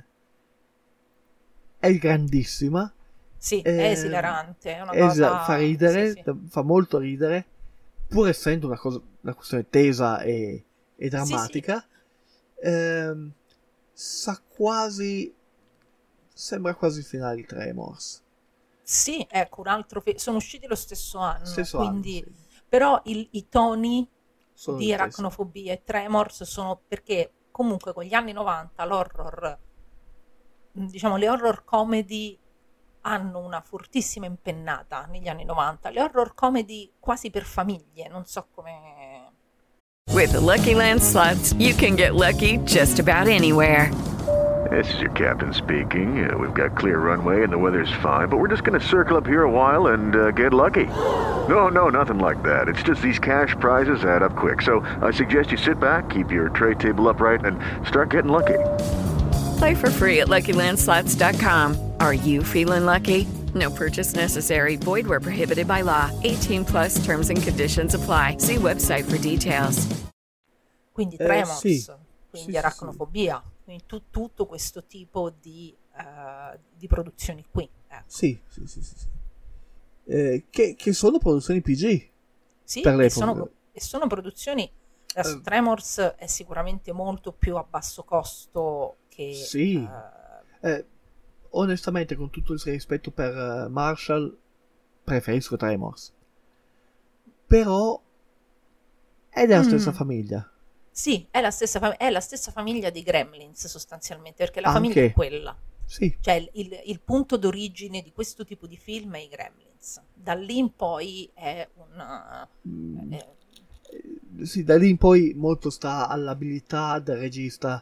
è grandissima. sì, Eh, è esilarante. È una esa- cosa... fa ridere, sì, sì. fa molto ridere, pur essendo una cosa, una questione tesa e, e drammatica. Ehm, sa quasi, sembra quasi il finale di Tremors. Sì, ecco, un altro film. Sono usciti lo stesso anno, Stesso quindi... anno, sì. Però il- i toni Sono di gli stessi. Arachnofobia e Tremors sono perché comunque con gli anni novanta l'horror, mh, diciamo le horror comedy hanno una fortissima impennata negli anni novanta, le horror comedy quasi per famiglie, non so come... With the Lucky Land Slots, you can get lucky just about anywhere. This is your captain speaking. Uh, we've got clear runway and the weather's fine, but we're just going to circle up here a while and uh, get lucky. No, no, nothing like that. It's just these cash prizes add up quick. So I suggest you sit back, keep your tray table upright, and start getting lucky. Play for free at Lucky Land Slots dot com. Are you feeling lucky? No purchase necessary. Void where prohibited by law. eighteen plus terms and conditions apply. See website for details. Quindi Eh, Tremors, sì. quindi Sì, sì, Arachnofobia, quindi tu- tutto questo tipo di, eh, di produzioni qui. ecco. Sì, sì, sì, sì, sì. Eh, che, che sono produzioni P G Sì, per e l'epoca. sono, e sono produzioni. Adesso, Tremors è sicuramente molto più a basso costo che. Sì. eh, Eh, onestamente, con tutto il rispetto per eh, Marshall, preferisco Tremors. Però è della Mm. stessa famiglia. sì, è la, stessa fam- è la stessa famiglia dei Gremlins sostanzialmente, perché la Anche. famiglia è quella. Sì. Cioè il, il- il punto d'origine di questo tipo di film è i Gremlins. Da lì in poi è un. Mm. è- Sì, da lì in poi molto sta all'abilità del regista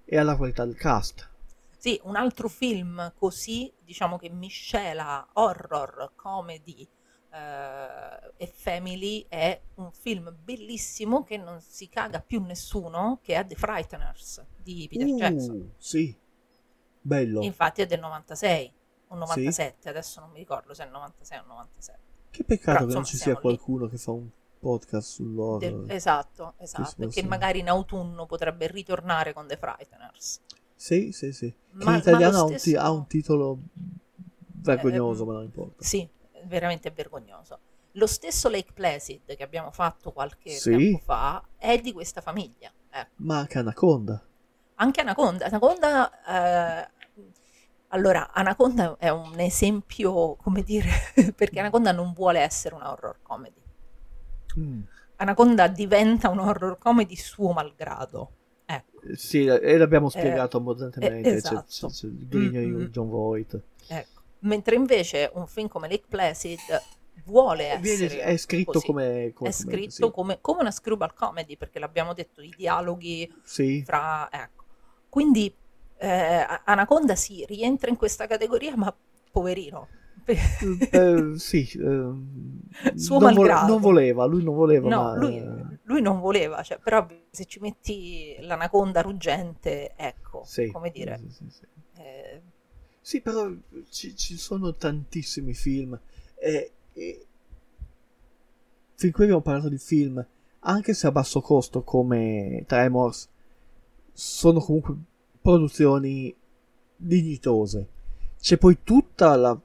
e alla qualità del cast. Sì, un altro film così, diciamo che miscela horror, comedy eh, e family, è un film bellissimo che non si caga più nessuno, che è The Frighteners di Peter Uh, Jackson. Sì, bello. Infatti è del novantasei o novantasette, Sì? adesso non mi ricordo se è novantasei o novantasette. Che peccato Però, che non insomma, ci sia siamo lì. qualcuno che fa un podcast sull'horror. Del- esatto, Che esatto, si e che possa- magari in autunno potrebbe ritornare con The Frighteners. Sì, sì, sì. Che Ma- in italiano ma ha lo un, ti- stesso- ha un titolo vergognoso, Ehm, ma non importa. Sì, veramente vergognoso. Lo stesso Lake Placid che abbiamo fatto qualche Sì. tempo fa è di questa famiglia. Ecco. Ma anche Anaconda. Anche Anaconda. Anaconda, eh, allora, Anaconda è un esempio, come dire, perché Anaconda non vuole essere una horror comedy. Mm. Anaconda diventa un horror comedy suo malgrado. Ecco. Eh, Sì, e l'abbiamo Eh, spiegato abbondantemente. eh, C'è- esatto. c'è, c'è il grigno Mm, mm. di John Voight. Ecco. Mentre invece un film come Lake Placid vuole Viene- essere è scritto così. come- come- è come- scritto sì. come, come una screwball comedy, perché l'abbiamo detto, i dialoghi Sì. fra, ecco. Quindi eh, Anaconda sì, rientra in questa categoria, ma poverino. Eh, sì, ehm, Suo non, vo- malgrado. non voleva, lui non voleva, No, ma lui, eh, lui non voleva, cioè, però se ci metti l'anaconda ruggente, ecco, sì, come dire, sì, sì, sì. eh, Sì, però ci, ci sono tantissimi film. E, e... Fin qui abbiamo parlato di film, anche se a basso costo come Tremors, sono comunque produzioni dignitose. C'è poi tutta la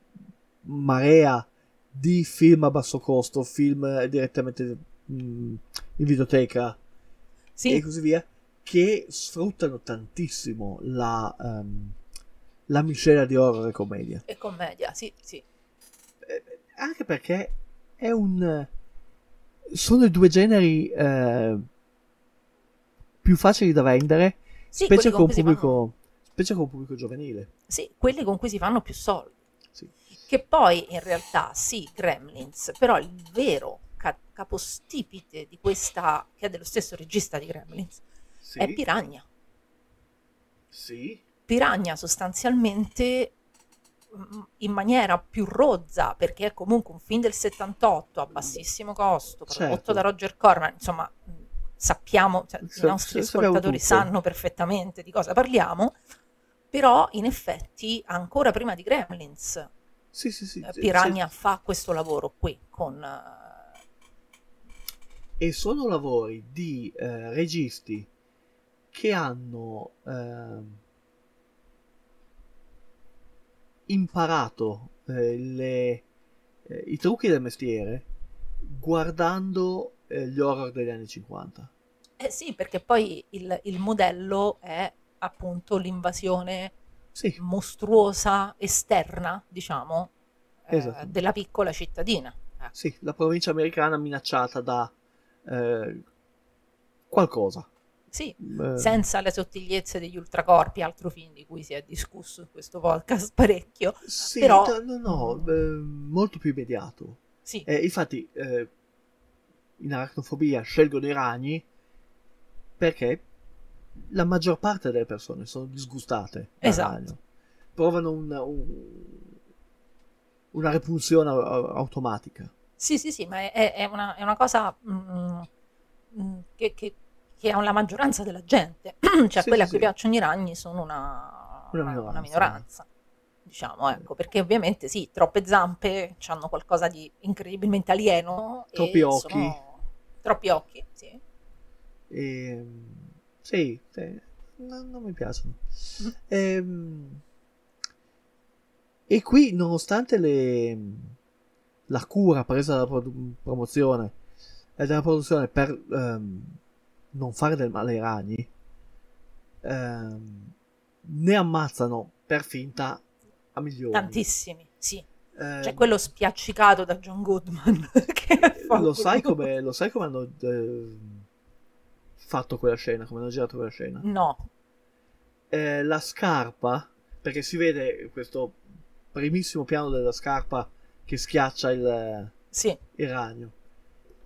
marea di film a basso costo, film direttamente mh, in videoteca Sì. e così via, che sfruttano tantissimo la, ehm, la miscela di horror e commedia. e commedia, sì, sì. Anche perché è un sono i due generi eh, più facili da vendere, Sì, specie quelli con con cui si pubblico specie con pubblico giovanile. Sì, quelli con cui si fanno più soldi. Sì. Che poi in realtà sì, Gremlins, però il vero ca- capostipite di questa, che è dello stesso regista di Gremlins, Sì. è Piranha. Sì. Piranha sostanzialmente mm, in maniera più rozza, perché è comunque un film del settantotto a bassissimo costo, prodotto Certo. da Roger Corman, insomma mh, sappiamo, cioè, Sa- i nostri sa- sappiamo ascoltatori tutto. sanno perfettamente di cosa parliamo, però in effetti ancora prima di Gremlins Sì, sì, sì, eh, sì, Piranha fa questo lavoro qui con eh, E sono lavori di eh, registi che hanno ehm, imparato eh, le- eh, i trucchi del mestiere guardando eh, gli horror degli anni cinquanta. eh sì, perché poi il, il modello è appunto l'invasione Sì. mostruosa esterna, diciamo, eh, Esatto. della piccola cittadina. Ecco. Sì, la provincia americana minacciata da eh, qualcosa. Sì, Eh, senza le sottigliezze degli ultracorpi, altro film di cui si è discusso in questo podcast parecchio. Sì, però no, no, no, eh, molto più immediato. sì, Eh, infatti, eh, in aracnofobia scelgono i ragni perché la maggior parte delle persone sono disgustate dal Esatto. ragno. Provano un- un- una repulsione au- automatica. sì, sì, sì, ma è, è una, è una cosa mm, mm, che, che- che ha la maggioranza della gente. Cioè, Sì, quelli sì, a cui sì. piacciono i ragni sono una, Una una- minoranza. una minoranza, diciamo, ecco, perché ovviamente sì, troppe zampe hanno qualcosa di incredibilmente alieno. e Troppi occhi. sono- troppi occhi, sì. E, sì, sì, no- non mi piacciono. Mm. Ehm, E, qui, nonostante le, la cura presa dalla produ- promozione e dalla produzione per ehm, non fare del male ai ragni, ehm, ne ammazzano per finta a milioni. Tantissimi, sì. Eh, C'è quello spiaccicato da John Goodman. che fa lo, sai quello- come, lo sai come hanno eh, fatto quella scena, come hanno girato quella scena? No, Eh, la scarpa, perché si vede questo primissimo piano della scarpa che schiaccia il, sì, il ragno.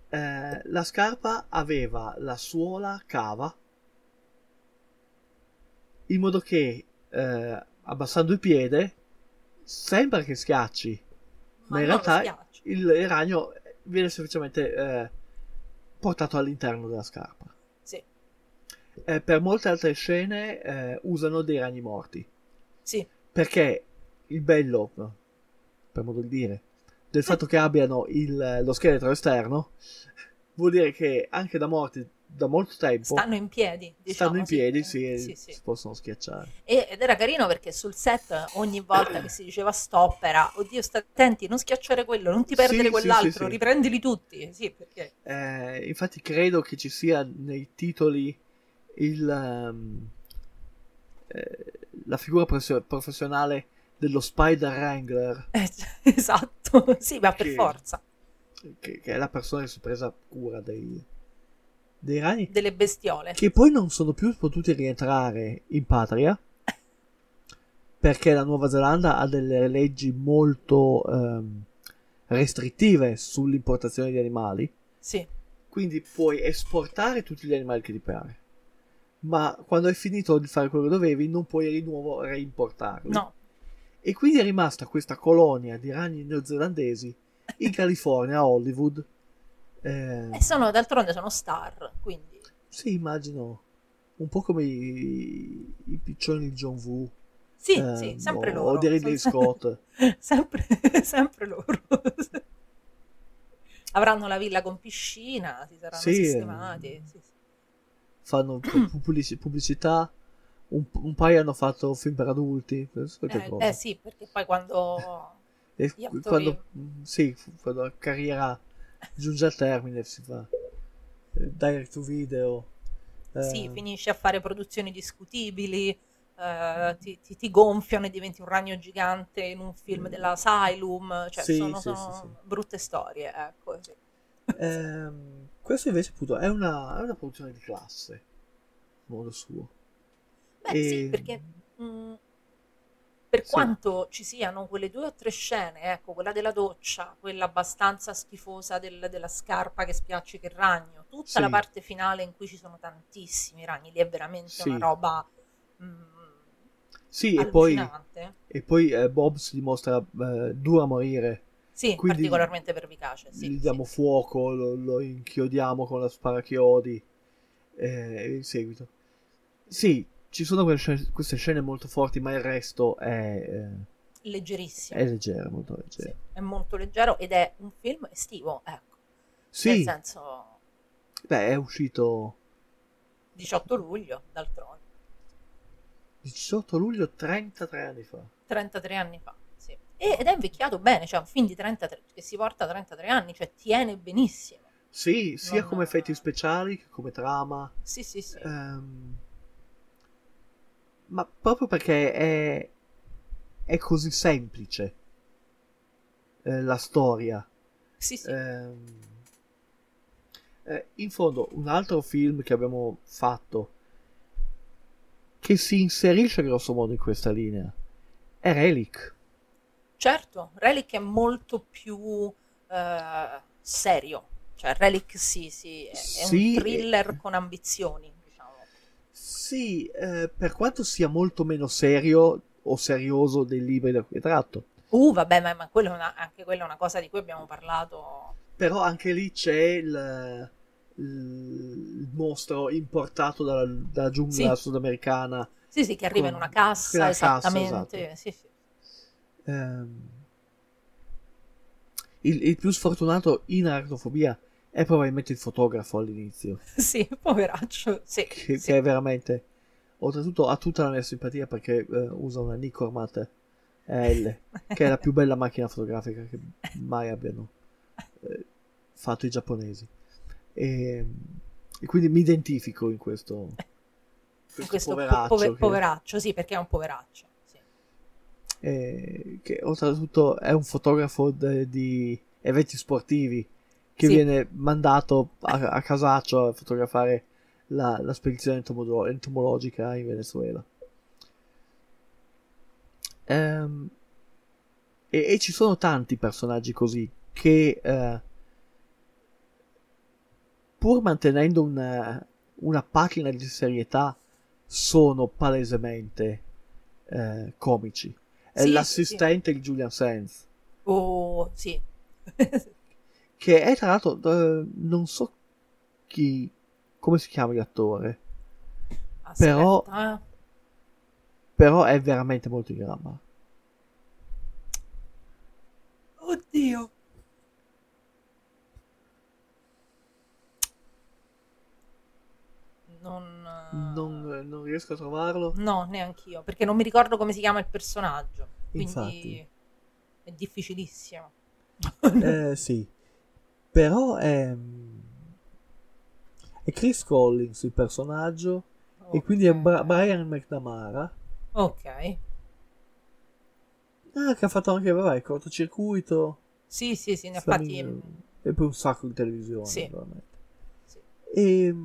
Eh, la scarpa aveva la suola cava in modo che eh, abbassando il piede sembra che schiacci, ma, ma in realtà il, il ragno viene semplicemente eh, portato all'interno della scarpa. Sì. Eh, per molte altre scene eh, usano dei ragni morti. Sì. Perché il bello, per modo di dire, del fatto che abbiano il, lo scheletro esterno vuol dire che anche da morti da molto tempo stanno in piedi, diciamo, stanno in sì. piedi sì, sì, e sì. si possono schiacciare. E, ed era carino perché sul set ogni volta che si diceva stop era oddio sta attenti, non schiacciare quello, non ti perdere sì, quell'altro, sì, sì, sì. riprendili tutti. Sì, perché eh, infatti credo che ci sia nei titoli il um, eh, la figura profes- professionale dello Spider Wrangler. Eh, esatto, sì, ma per che, forza. Che, che è la persona che si è presa cura dei, dei ragni. Delle bestiole. Che poi non sono più potuti rientrare in patria perché la Nuova Zelanda ha delle leggi molto um, restrittive sull'importazione di animali. Sì. Quindi puoi esportare tutti gli animali che ti pare, ma quando hai finito di fare quello che dovevi non puoi di nuovo reimportarli. No. E quindi è rimasta questa colonia di ragni neozelandesi in California, a Hollywood. Eh, e sono, d'altronde sono star, quindi. Sì, immagino. Un po' come i, i piccioni di John Woo. Sì, eh, sì, sempre o, loro. O di Ridley Scott. sempre, sempre loro. Avranno la villa con piscina, si saranno sì, sistemati. Eh, sì, sì. Fanno pubblici- pubblicità. Un, un paio hanno fatto film per adulti. Eh, eh sì, perché poi quando... E gli attori... quando, sì, quando la carriera giunge al termine si fa eh, direct to video. Eh, Sì, finisci a fare produzioni discutibili, eh, ti, ti, ti gonfiano e diventi un ragno gigante in un film dell'Asylum, cioè Sì, sono, sì, sono sì, sì. brutte storie, ecco. Sì. ehm, questo invece appunto è una, è una produzione di classe, in modo suo. Beh E- sì, perché mh, per Sì. quanto ci siano quelle due o tre scene, ecco, quella della doccia, quella abbastanza schifosa del- della scarpa che spiaccica il ragno, tutta Sì. la parte finale in cui ci sono tantissimi ragni, lì è veramente Sì. una roba mh, Sì, e poi, allucinante. e poi eh, Bob si dimostra eh, duro a morire. Sì, Quindi particolarmente pervicace, sì, gli diamo fuoco, lo, lo inchiodiamo con la sparachiodi eh, in seguito. Sì, ci sono quelle scene- queste scene molto forti, ma il resto è, eh, leggerissimo. è leggero, molto leggero. Sì, è molto leggero ed è un film estivo, ecco. Sì. Nel senso Beh, è uscito diciotto luglio, d'altronde, diciotto luglio, trentatré anni fa. trentatré anni fa, sì. E- ed è invecchiato bene, cioè un film di trentatré che si porta a trentatré anni, cioè tiene benissimo. Sì, sia Non- come effetti speciali che come trama. Sì, sì, sì. Ehm, ma proprio perché è, è così semplice eh, la storia. Sì, sì. Ehm, eh, in fondo, un altro film che abbiamo fatto che si inserisce grosso modo in questa linea è Relic. Certo, Relic è molto più eh, serio, cioè Relic sì, sì, è, è Sì, un thriller con ambizioni, diciamo. Sì, eh, per quanto sia molto meno serio o serioso dei libri da cui è tratto. Uh, vabbè, ma, ma quello è una- anche quella è una cosa di cui abbiamo parlato. Però anche lì c'è il, il mostro importato dalla, dalla giungla Sì. sudamericana. Sì, sì, che arriva in con- una cassa, una cassa, esattamente. esatto. Sì, sì. Ehm, il, il più sfortunato in aracnofobia è probabilmente il fotografo all'inizio, Sì, poveraccio, sì, che, sì. che è veramente, oltretutto ha tutta la mia simpatia perché eh, usa una Nicormat L, che è la più bella macchina fotografica che mai abbiano eh, fatto i giapponesi, e, e quindi mi identifico in questo, questo, Questo po- poveraccio, pove- che- poveraccio, sì, perché è un poveraccio. Sì. eh, che oltretutto è un fotografo de- di eventi sportivi che Sì. viene mandato a, a casaccio a fotografare la, la spedizione entomolo- entomologica in Venezuela. Ehm, e, e ci sono tanti personaggi così che eh, pur mantenendo una, una patina di serietà sono palesemente eh, comici. È Sì, l'assistente di Julian Sands, Oh, sì. che è tra l'altro, eh, non so chi, come si chiama l'attore, però, Aspetta, eh. però è veramente molto in gamba. Oddio. Non... Non, non riesco a trovarlo. No, neanch'io, perché non mi ricordo come si chiama il personaggio, quindi Infatti. è difficilissimo. Eh, sì, però è, è Chris Collins il personaggio, e quindi è Bra- Brian McNamara, Ok. ah, che ha fatto anche, vabbè, cortocircuito, Sì, sì, sì, ne ha Flaming- fatti... e poi un sacco di televisione, Sì. veramente. E,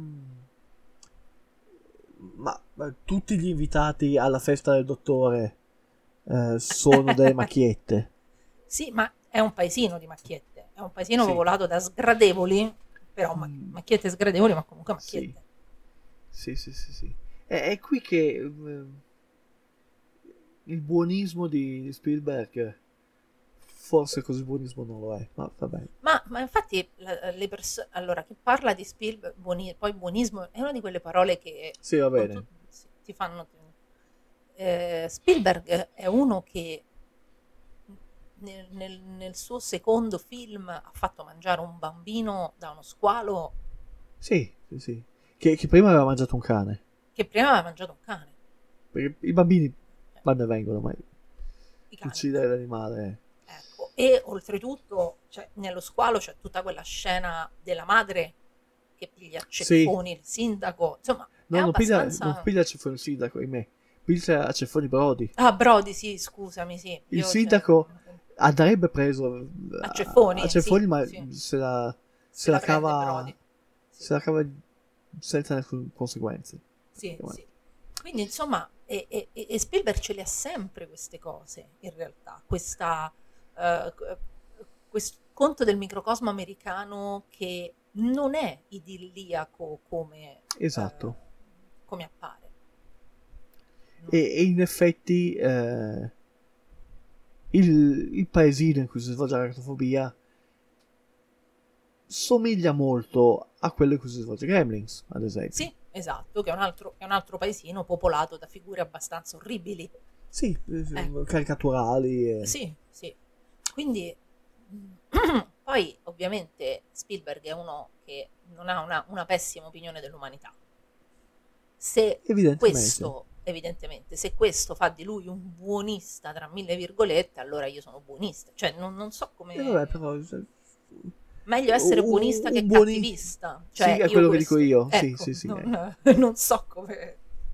ma, ma tutti gli invitati alla festa del dottore eh, sono delle macchiette. Sì, ma è un paesino di macchiette, è un paesino Sì. popolato da sgradevoli, però ma- macchiette sgradevoli, ma comunque macchiette. Sì, sì, sì, sì. È, è qui che eh, il buonismo di Spielberg, forse così buonismo non lo è, ma vabbè. Ma, ma infatti la- le persone... Allora, chi parla di Spielberg, buoni- poi buonismo, è una di quelle parole che Sì, va con bene. tu- sì, ti fanno... Eh, Spielberg è uno che nel, nel- nel suo secondo film ha fatto mangiare un bambino da uno squalo Sì, sì, sì. Che, che prima aveva mangiato un cane. che prima aveva mangiato un cane. Perché i bambini vanno e vengono, ma I cani. uccidere l'animale... Ecco. E oltretutto, cioè, nello squalo c'è tutta quella scena della madre che piglia a ceffoni il sindaco, insomma, No, è non piglia, abbastanza... non piglia a ceffoni il sindaco, ahimè. Piglia a ceffoni Brody. Ah, Brody, sì, scusami, sì. Il Io, cioè, sindaco andrebbe preso A ceffoni, a ceffoni, sì, ma sì. se la, se Se la la prende cava Brody. se la cava senza nessune conseguenze. Sì, Come- sì. Quindi insomma, e, e- e Spielberg ce le ha sempre queste cose, in realtà, questa, eh, questo conto del microcosmo americano che non è idilliaco come, Esatto. come appare. E, e in effetti eh, il, il paesino in cui si svolge la aracnofobia somiglia molto a quello in cui si svolge Gremlins, ad esempio. Sì, esatto, che è un altro, è un altro paesino popolato da figure abbastanza orribili. Sì, eh, Ecco. caricaturali. E... Sì, sì. Quindi poi ovviamente Spielberg è uno che non ha una, una pessima opinione dell'umanità. Se Evidentemente. questo, evidentemente, se questo fa di lui un buonista tra mille virgolette, allora io sono buonista. Cioè, non, non so come... E vabbè, però... se- Meglio essere un- buonista che un buoni- cattivista. Cioè, Sì, è io quello che questo- dico io. Sì, ecco, sì, sì, non, non so come...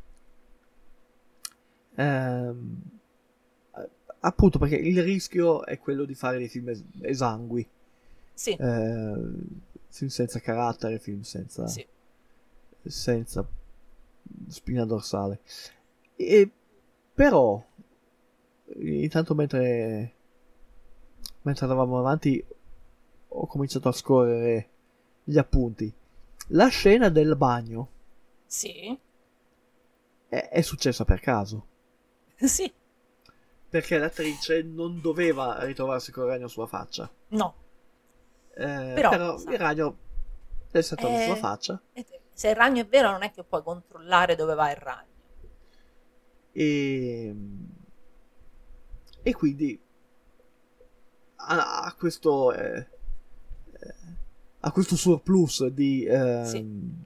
Ehm, appunto perché il rischio è quello di fare dei film es- esangui. Sì. Eh, film senza carattere, film senza, Sì. senza spina dorsale. E però, intanto mentre, mentre andavamo avanti, ho cominciato a scorrere gli appunti. La scena del bagno Sì. è, è successa per caso. Sì. Perché l'attrice non doveva ritrovarsi col ragno sulla faccia. No. Eh, Però, però sai, il ragno è stato Eh, sulla faccia. e- Se il ragno è vero, non è che puoi controllare dove va il ragno. E, e quindi ha, ha questo eh, eh, ha questo surplus di ehm, Sì.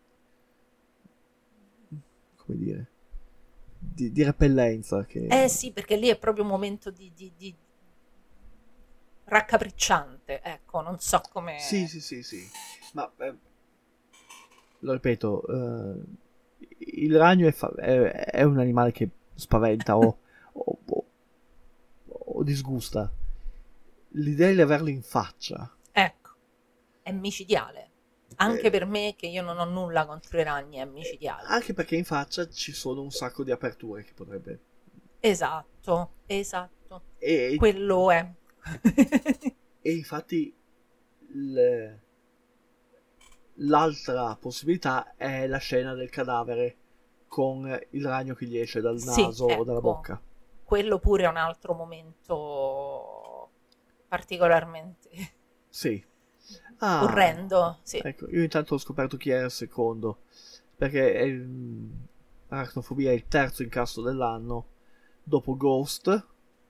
come dire di, di repellenza che Eh sì, perché lì è proprio un momento di, di- di raccapricciante, ecco, non so come... sì sì sì sì ma eh, lo ripeto, eh, il ragno è, fa- è, è un animale che spaventa o, o, o- o disgusta. L'idea di averlo in faccia, Ecco, è micidiale. Anche Eh. per me, che io non ho nulla contro i ragni, è micidiale. anche perché in faccia ci sono un sacco di aperture che potrebbe Esatto, esatto. e, Quello è. e infatti il- l'altra possibilità è la scena del cadavere con il ragno che gli esce dal Sì, naso o dalla ecco. bocca. Quello pure è un altro momento particolarmente Sì. Ah, orrendo. Sì. ecco, io intanto ho scoperto chi era il secondo, perché è, mm, Arachnofobia è il terzo incasso dell'anno, dopo Ghost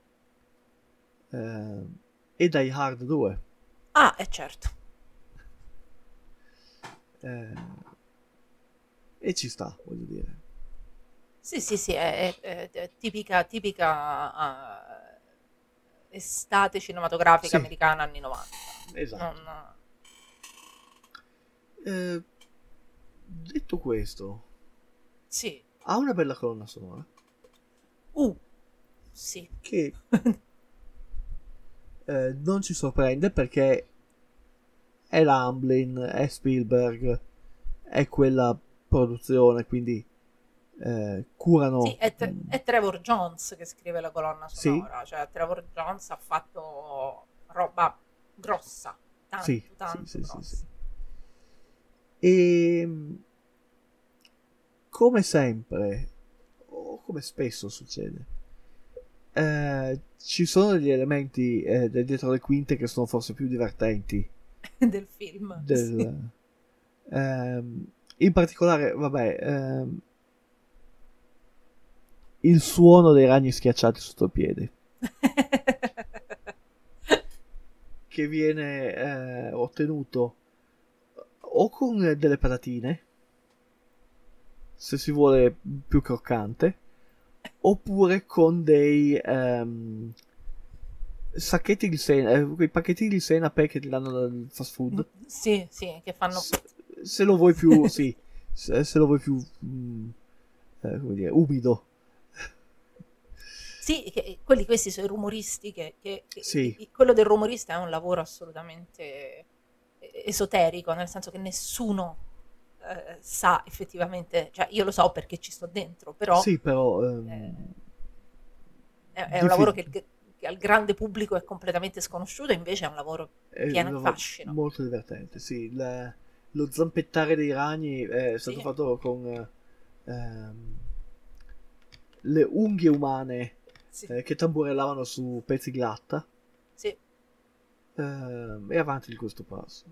eh, e Die Hard due. Ah, è certo. Eh, e ci sta, voglio dire. Sì, sì, sì, è, è- è tipica, tipica ah, estate cinematografica Sì. americana anni novanta. Esatto. Non- Eh, detto questo, Sì. ha una bella colonna sonora Uh, sì. che eh, non ci sorprende perché è l'Amblin, è Spielberg, è quella produzione, quindi eh, curano. Sì, è, Tre- è Trevor Jones che scrive la colonna Sì. sonora, cioè Trevor Jones ha fatto roba grossa, tanto, Sì, tanto sì, sì, sì, grossa. sì. E come sempre, o come spesso succede, eh, ci sono degli elementi eh, del dietro le quinte che sono forse più divertenti del film. del, sì. ehm, in particolare, vabbè, ehm, il suono dei ragni schiacciati sotto il piede che viene eh, ottenuto o con delle patatine, se si vuole più croccante, oppure con dei ehm, sacchetti di senape, quei pacchettini di senape che ti danno dal fast food. Sì, sì, che fanno... Se lo vuoi più, sì, se, se lo vuoi più, mm, eh, come dire, umido. Sì, che- quelli questi sono i rumoristi che, che- che- Sì. i- quello del rumorista è un lavoro assolutamente esoterico, nel senso che nessuno eh, sa effettivamente, cioè io lo so perché ci sto dentro, però Sì, però ehm, è, è un diffi- lavoro che, che- che al grande pubblico è completamente sconosciuto, invece è un lavoro è pieno un di lavoro fascino. molto divertente. Sì, il- lo zampettare dei ragni è stato Sì. fatto con eh, ehm, le unghie umane Sì. eh, che tamburellavano su pezzi di latta. Sì. Ehm, e avanti di questo passo.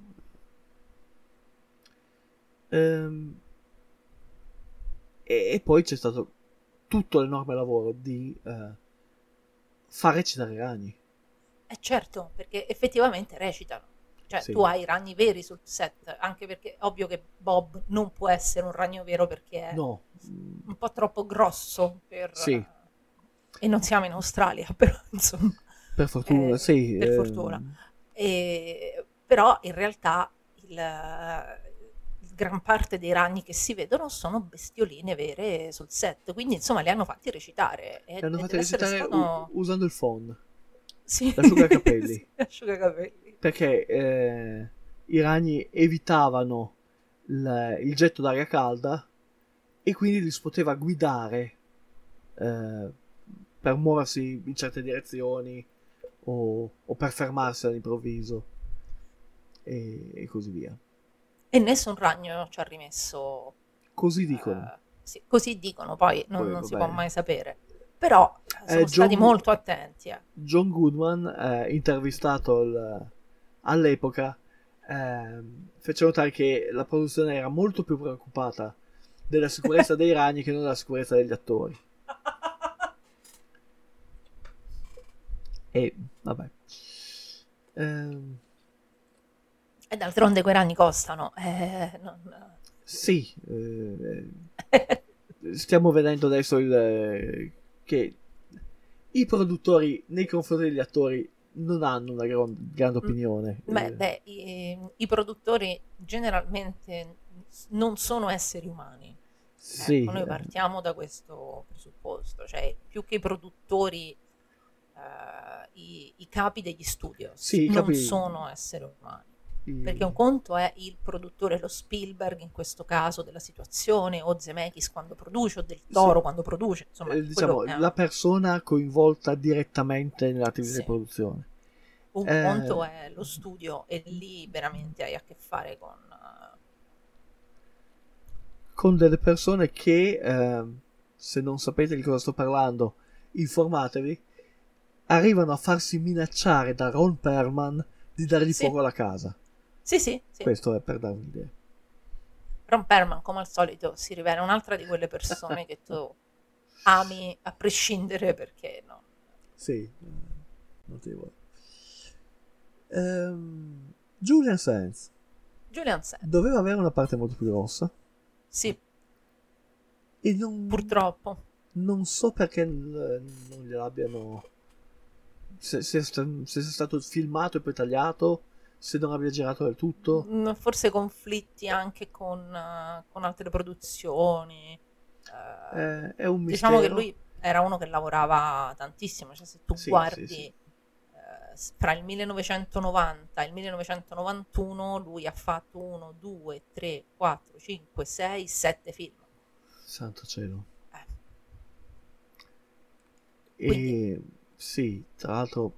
Ehm, e, e poi c'è stato tutto l'enorme lavoro di eh, far recitare i ragni. Eh certo, perché effettivamente recitano. Cioè, Sì. tu hai i ragni veri sul set, anche perché è ovvio che Bob non può essere un ragno vero perché è No, un po' troppo grosso per... Sì. E non siamo in Australia, però insomma... per fortuna, eh, sì. per ehm, fortuna. E, però in realtà il, il gran parte dei ragni che si vedono sono bestioline vere sul set, quindi insomma li hanno fatti recitare. E, li hanno e fatti deve essere recitare stato... u- usando il phon, Sì. l'asciugacapelli. Sì, l'asciugacapelli. Perché eh, i ragni evitavano il, il getto d'aria calda e quindi li si poteva guidare eh, per muoversi in certe direzioni o, o per fermarsi all'improvviso e, e così via. E nessun ragno ci ha rimesso... Così dicono. eh, sì, così dicono, poi non, Poi, non si vabbè. può mai sapere. Però sono Eh, stati John- molto attenti. eh. John Goodman, eh, intervistato al- all'epoca, ehm, fece notare che la produzione era molto più preoccupata della sicurezza dei ragni che non della sicurezza degli attori. E vabbè. Ehm, E d'altronde quei ragni costano. eh, non- sì, eh, stiamo vedendo adesso il, eh, che i produttori nei confronti degli attori non hanno una gran- grande opinione. Beh, Eh, beh, i, i produttori generalmente non sono esseri umani. Sì, Ecco, noi eh. partiamo da questo presupposto, cioè più che i produttori, eh, i, i capi degli studios Sì, i non capi- sono esseri umani. i- Perché un conto è il produttore, lo Spielberg in questo caso della situazione, o Zemeckis quando produce, o Del Toro Sì. quando produce, insomma, eh, diciamo, quello è la persona coinvolta direttamente nell'attività Sì. di produzione. un eh, conto è lo studio e lì veramente hai a che fare con... eh, con delle persone che, eh, se non sapete di cosa sto parlando, informatevi, arrivano a farsi minacciare da Ron Perlman di dargli Sì. fuoco alla casa. Sì, sì, sì. Questo è per dare un'idea. Ron Perlman, come al solito, si rivela un'altra di quelle persone che tu ami a prescindere perché no. Sì, eh, notevole. Ehm, Julian Sands Julian Sands. doveva avere una parte molto più grossa. Sì. E non, purtroppo. Non so perché n- non gliel'abbiano... Se, se, sta- se sia stato filmato e poi tagliato, se non abbia girato del tutto. Mm, Forse conflitti anche con, eh, con altre produzioni. Eh, Eh, è un diciamo che mistero. lui era uno che lavorava tantissimo, cioè se tu Sì, guardi sì, sì. eh, s- fra il millenovecentonovanta e il millenovecentonovantuno lui ha fatto uno, due, tre, quattro, cinque, sei, sette film. Santo cielo. Eh. Quindi- E sì, tra l'altro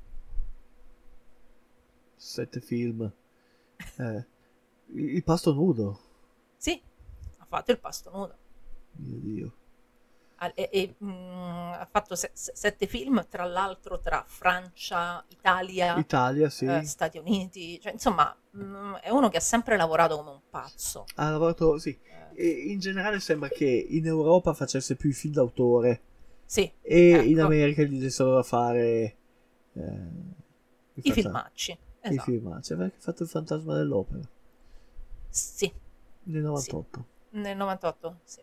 sette film. Eh, il il pasto nudo, Sì, ha fatto il pasto nudo. mio Dio. Ha- E, e, mm, ha fatto se- se- sette film, tra l'altro tra Francia, Italia, Italia, sì. eh, Stati Uniti, cioè, insomma, mm, è uno che ha sempre lavorato come un pazzo. Ha lavorato, sì. E in generale sembra che in Europa facesse più i film d'autore. Sì, E ecco. in America gli dessero da fare eh, I fanta- filmacci, I esatto. filmacci. Aveva fatto il Fantasma dell'Opera Sì, nel novantotto. nel novantotto, sì.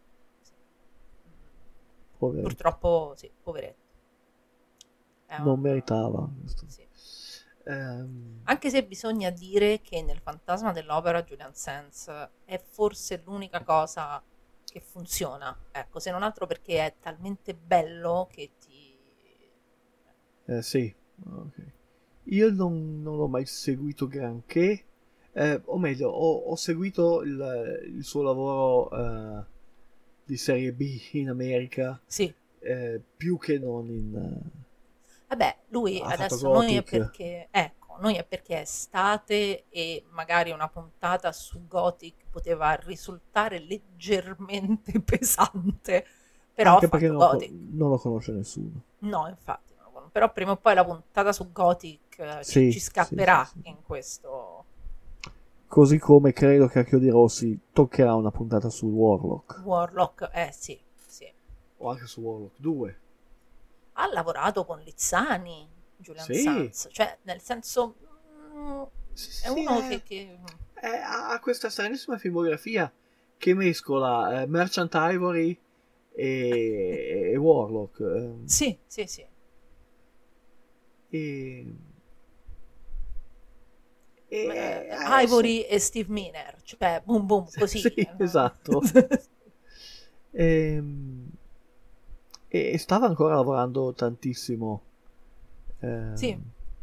Povero. Purtroppo, sì, poveretto. È un- Non meritava. questo. Sì. Ehm, Anche se bisogna dire che nel Fantasma dell'Opera Julian Sands è forse l'unica cosa che funziona, ecco, se non altro perché è talmente bello che ti... eh, sì, ok. Io non, non l'ho mai seguito granché, eh, o meglio, ho, ho seguito il, il suo lavoro eh, di serie B in America, Sì. eh, più che non in... eh, Vabbè, lui Ha fatto adesso noi è Gothic. perché, ecco, noi è perché è estate e magari una puntata su Gothic poteva risultare leggermente pesante, però anche ha perché fatto non, lo- Gothic. non lo conosce nessuno. No, infatti, non lo conosco. Però prima o poi la puntata su Gothic eh, ci- Sì, ci, scapperà sì, sì, sì. in questo Così come credo che a Chiodi Rossi toccherà una puntata su Warlock, Warlock. Eh sì, sì. o anche su Warlock due. Ha lavorato con Lizzani, Julian Sì. Sands, cioè nel senso mm, Sì, è sì, uno eh. che... che... Eh, ha ha questa stranissima filmografia che mescola eh, Merchant Ivory e, e Warlock. eh, Sì, sì, sì. e, e Eh, adesso- Ivory e Steve Miner, cioè boom boom, così. Sì, eh, no? esatto. Ehm, e stava ancora lavorando tantissimo. ehm, Sì.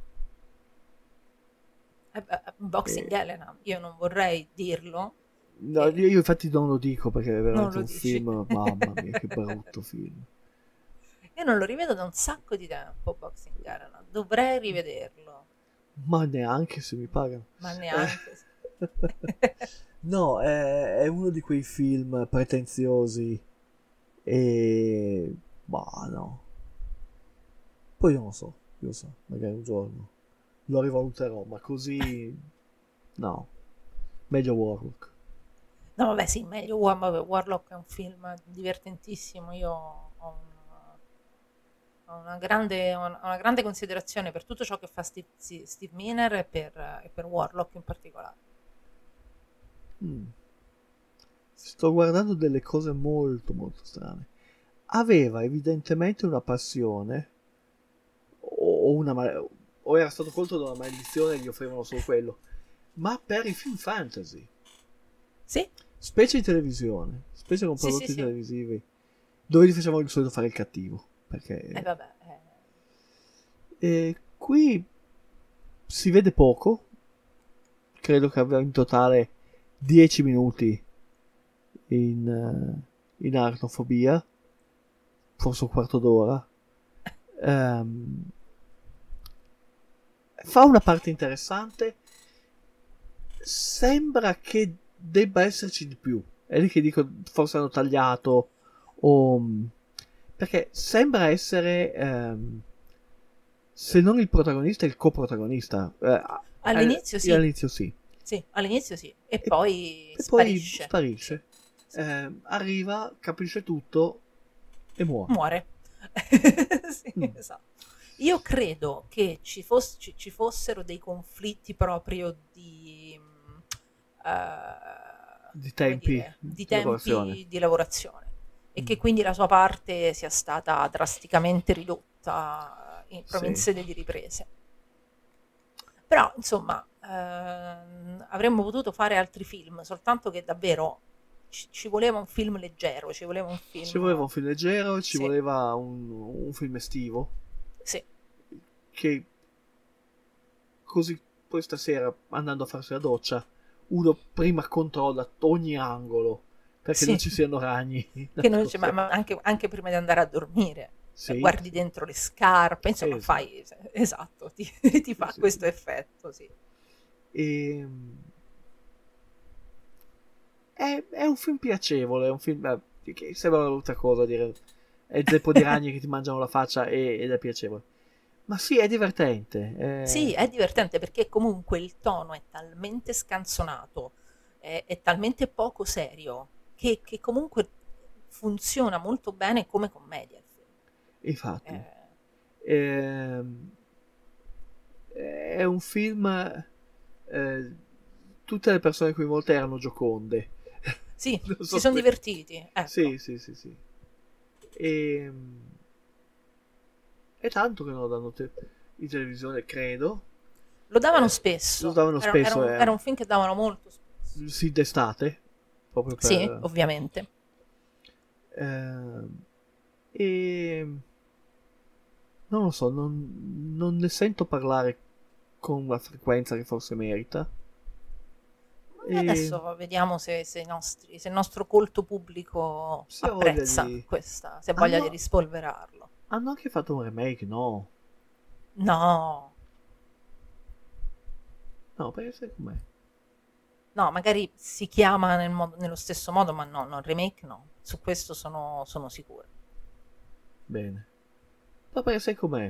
Eh, eh, Boxing Eh. Elena, io non vorrei dirlo. no, io, io infatti non lo dico perché è veramente lo un dici. film, mamma mia, che brutto film. Io non lo rivedo da un sacco di tempo, Boxing Elena. Dovrei rivederlo, Ma neanche se mi pagano. ma neanche. No, è, è uno di quei film pretenziosi e... Ma no. Poi non lo so, io lo so, magari un giorno lo rivaluterò, ma così... No. Meglio Warlock. No, vabbè, sì, meglio War- vabbè, Warlock è un film divertentissimo. Io ho, un- ho una, grande, ho una una grande considerazione per tutto ciò che fa Steve, sì, Steve Miner e per, e per Warlock in particolare. Mm. Sto guardando delle cose molto molto strane. Aveva evidentemente una passione o una ma- o era stato colto da una maledizione e gli offrivano solo quello, ma per i film fantasy. Sì. Specie in televisione, specie con Sì, prodotti sì, sì. televisivi, dove gli facevano di solito fare il cattivo, perché E vabbè, eh, e qui si vede poco. Credo che abbia in totale dieci minuti in, eh, in Arachnofobia, forse un quarto d'ora. Ehm, fa una parte interessante. Sembra che debba esserci di più È lì che dico, forse hanno tagliato, o... perché sembra essere, ehm, se non il protagonista, il coprotagonista. Eh, all'inizio eh, sì. All'inizio sì. Sì, all'inizio sì. E, E, poi e sparisce. poi sparisce. Sì. Eh, arriva, capisce tutto e muore. Muore. Sì, Mm. esatto. Io credo che ci, foss- ci- ci fossero dei conflitti proprio di, eh, Di come tempi dire, di di tempi lavorazione. di lavorazione e Mm. che quindi la sua parte sia stata drasticamente ridotta in, proprio in Sì. sede di riprese. Però, insomma, ehm, avremmo potuto fare altri film, soltanto che davvero ci, ci voleva un film leggero, ci voleva un film... Ci voleva un film leggero, ci Sì. voleva un, un film estivo. Sì. Che così poi stasera, andando a farsi la doccia, uno prima controlla ogni angolo perché Sì. non ci siano ragni. Che non c'è, ma, ma anche, anche prima di andare a dormire, Sì. guardi dentro le scarpe, insomma, Esatto. fai... Esatto, ti, ti fa Sì, questo sì. effetto, sì. E... È, è un film piacevole, è un film eh, che sembra una brutta cosa dire è il zeppo di ragni che ti mangiano la faccia e- ed è piacevole. Ma sì, è divertente. È... Sì, è divertente perché comunque il tono è talmente scanzonato, è, è talmente poco serio, che, che comunque funziona molto bene come commedia il film. Infatti. Eh, Ehm, è un film eh, tutte le persone coinvolte erano gioconde. sì, Non so si sono se- divertiti. Ecco. Sì, sì, sì, sì. E... È tanto che non lo danno te- in televisione, credo. Lo davano Eh, spesso. lo davano Era- spesso, Era, un, eh. era un film che davano molto spesso. Sì, d'estate. Proprio per... Sì, ovviamente. Ehm, e... Non lo so, non, non ne sento parlare con la frequenza che forse merita. E E- adesso vediamo se, se i nostri- se il nostro colto pubblico Se ha voglia apprezza di- questa, se ha voglia Ah, no. di rispolverarlo. Hanno anche fatto un remake, no? No, No, perché sai com'è? no, magari si chiama nel modo- nello stesso modo, ma no, no, remake no. Su questo sono, sono sicura. Bene. Ma perché sai com'è?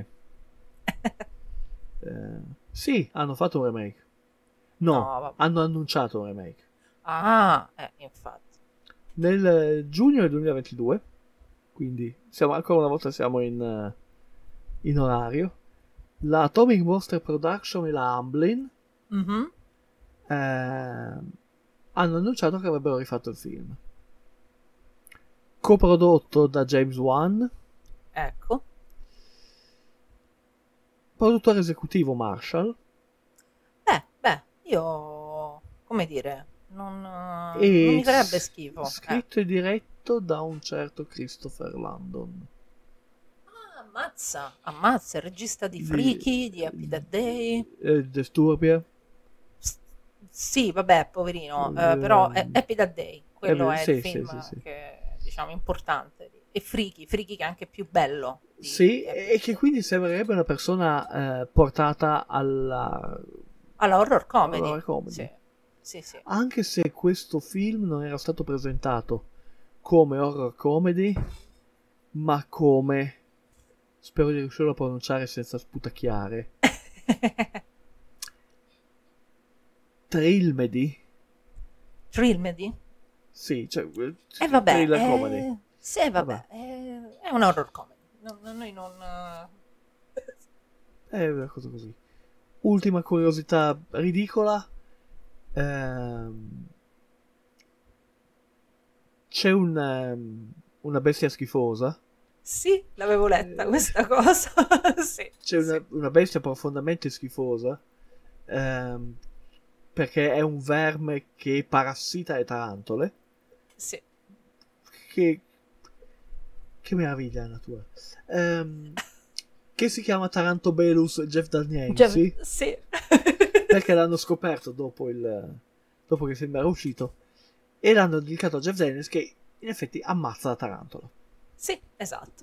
Eh, sì, hanno fatto un remake. No, No, vabbè. hanno annunciato un remake. Ah, eh, infatti. Nel eh, giugno del duemilaventidue, quindi siamo, ancora una volta siamo in, eh, in orario, la Atomic Monster Production e la Amblin Mhm. eh, hanno annunciato che avrebbero rifatto il film. Coprodotto da James Wan, Ecco. produttore esecutivo Marshall Beh, beh, io, come dire, non, eh, e non mi farebbe schifo. Eh. scritto e diretto da un certo Christopher Landon. Ah, ammazza, ammazza, il regista di Di- Freaky, di Happy Death Day. Eh, Disturbia. Sì, vabbè, poverino, eh, Eh, però è Happy Death Day, quello eh, è sì, il sì, film sì, sì. che è, diciamo, importante. E Freaky, Freaky che è anche più bello. di- Sì, di Happy e che quindi sembrerebbe una persona eh, portata alla alla horror comedy. horror comedy. Sì, sì, sì. Anche se questo film non era stato presentato come horror comedy, ma come, spero di riuscirlo a pronunciare senza sputacchiare, Thrillmedy. Thrillmedy? Sì, cioè E eh, vabbè, thriller eh, comedy. sì, vabbè, È, è un horror comedy. Non- non- noi non... eh, È una cosa così. Ultima curiosità ridicola. ehm, c'è un, ehm, una bestia schifosa. Sì, l'avevo letta questa cosa. Sì, C'è una, una bestia profondamente schifosa. ehm, perché è un verme che parassita le tarantole. sì. Che, che meraviglia la natura. Ehm, che si chiama Tarantobelus Jeff Daniels. Jeff- sì. Perché l'hanno scoperto dopo il dopo che sembra uscito e l'hanno dedicato a Jeff Daniels, che in effetti ammazza la tarantola. Sì, esatto.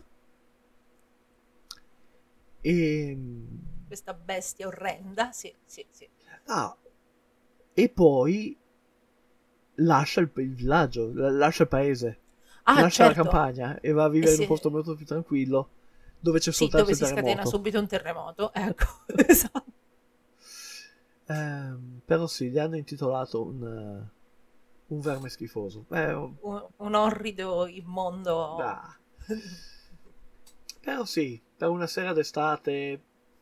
E Questa bestia orrenda, sì, sì, sì. ah, e poi lascia il, il villaggio, lascia il paese, Ah, lascia certo. la campagna e va a vivere Eh in un sì. posto molto più tranquillo, dove c'è Sì, soltanto dove il si scatena terremoto. subito un terremoto. Ecco, esatto. Ehm, però sì, gli hanno intitolato un, eh, un verme schifoso. Eh, oh, Un, un orrido immondo. ah. Però sì, per una sera d'estate,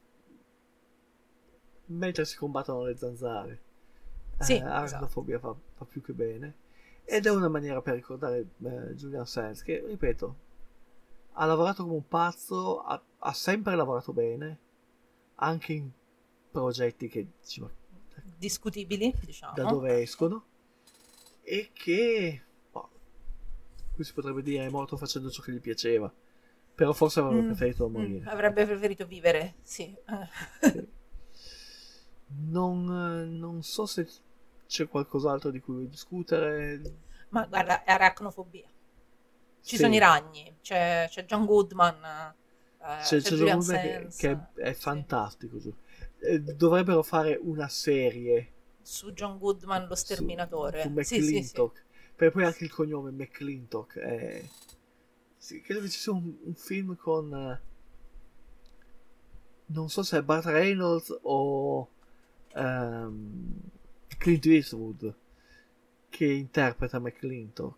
mentre si combattono le zanzare, Sì, eh, arachnofobia fa, fa più che bene. Ed è una maniera per ricordare eh, Julian Sands, che, ripeto, ha lavorato come un pazzo, ha, ha sempre lavorato bene, anche in progetti che dici, ma Discutibili, diciamo. da dove escono, e che, boh, qui si potrebbe dire, è morto facendo ciò che gli piaceva, però forse avrebbe Mm, preferito mm, morire. avrebbe preferito vivere, sì. Eh. Sì. Non, eh, non so se c'è qualcos'altro di cui vuoi discutere. Ma guarda, è arachnofobia. Ci Sì. sono i ragni, c'è, c'è John Goodman, eh, C'è, c'è c'è Julian John Goodman che, Sands. che è fantastico. giù. Eh, dovrebbero fare una serie Su John Goodman, lo sterminatore. su Sì, sì, sì. McClintock, perché poi anche il cognome McClintock è... sì, credo che ci sia un, un film con eh, non so se è Burt Reynolds o ehm, Clint Eastwood che interpreta McClintock,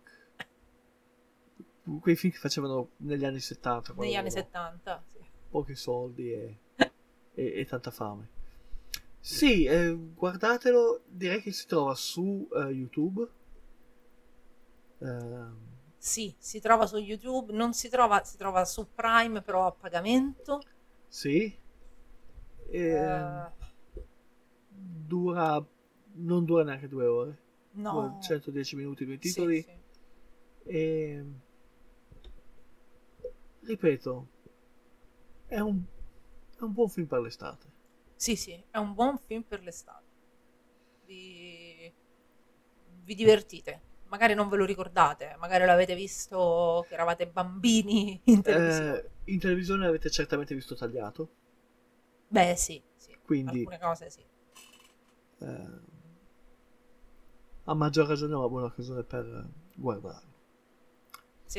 quei film che facevano negli anni settanta, quando Negli anni avevano settanta, sì. pochi soldi e, e, e tanta fame. Sì, eh, guardatelo, direi che si trova su eh, YouTube. Ehm, Sì, si trova su YouTube, non si trova, si trova su Prime, però a pagamento. sì. Ehm, Eh, dura, non dura neanche due ore. No. Dura centodieci minuti con i sì, titoli. sì. E ripeto, è un, è un buon film per l'estate. Sì, sì, è un buon film per l'estate. Vi, vi divertite. Magari non ve lo ricordate, magari l'avete visto che eravate bambini in televisione. Eh, in televisione l'avete certamente visto tagliato, Beh, sì, sì, quindi alcune cose sì. eh, a maggior ragione è una buona occasione per guardarlo. Sì.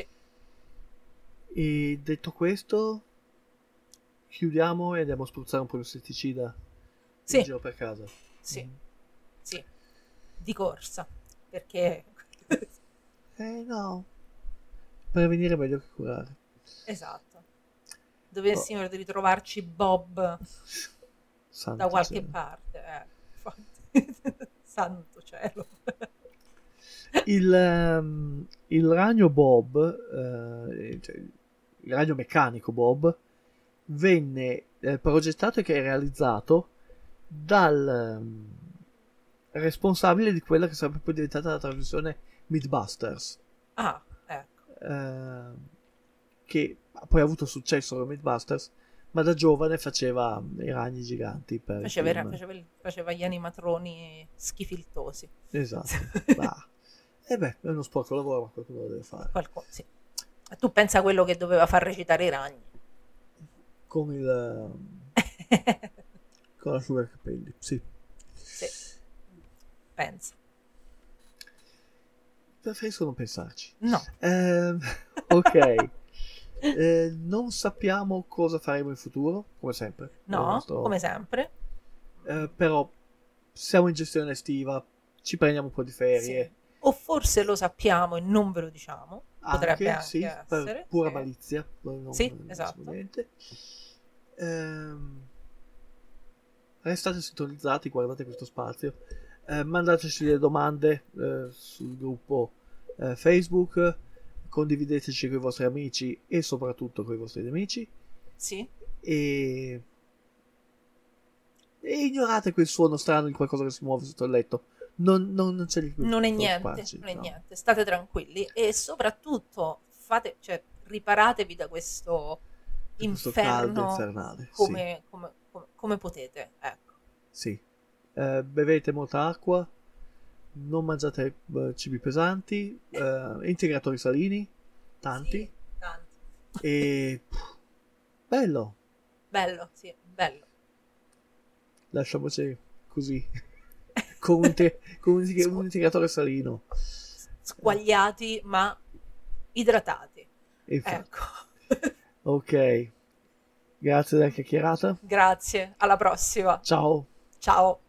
E detto questo, chiudiamo e andiamo a spruzzare un po' di insetticida Sì. in giro per casa. Sì, Mm. sì, di corsa, perché... Eh no, prevenire è meglio che curare. Esatto. Dovessimo ritrovarci Bob Santo da qualche cielo. parte. Eh. infatti. Santo cielo. Il, ehm, il ragno Bob, eh, cioè, il ragno meccanico Bob, venne eh, progettato e realizzato dal ehm, responsabile di quella che sarebbe poi diventata la trasmissione Mythbusters, Ah, ecco. eh, che poi ha avuto successo con Mythbusters, ma da giovane faceva i ragni giganti per i Faceva, film. faceva, il- faceva gli animatroni schifiltosi. Esatto. Bah. E beh, è uno sporco lavoro, ma qualcuno lo deve fare. Qualco- sì. E tu pensa a quello che doveva far recitare i ragni. Con il ehm, con l'asciuga capelli, sì. Sì. Pensa. Preferisco non pensarci. No. Ehm, ok. Eh, non sappiamo cosa faremo in futuro, come sempre. No, Nel nostro- come sempre. Eh, però siamo in gestione estiva, ci prendiamo un po' di ferie. Sì. O forse lo sappiamo e non ve lo diciamo. Potrebbe anche sì, essere. per pura sì. malizia. Noi non- Sì, non esatto. diciamo niente. Ehm, restate sintonizzati, guardate questo spazio. Eh, mandateci le domande eh, sul gruppo eh, Facebook, condivideteci con i vostri amici e soprattutto con i vostri nemici. Sì. E... e ignorate quel suono strano di qualcosa che si muove sotto il letto. Non, non, non c'è di cui Non è niente, preoccuparci, non è no. niente. State tranquilli e soprattutto fate, cioè, riparatevi da questo Da questo caldo inferno infernale, come, come, come, come potete. Ecco. Sì. Eh, bevete molta acqua, non mangiate eh, cibi pesanti, eh, integratori salini, tanti, Sì, tanti. e pff, bello, Bello, sì, bello. lasciamoci così, con un, te- con un, integ- un integratore salino. Squagliati ma idratati. Infatti. Ecco. Ok, grazie della chiacchierata. Grazie, alla prossima. Ciao. Ciao.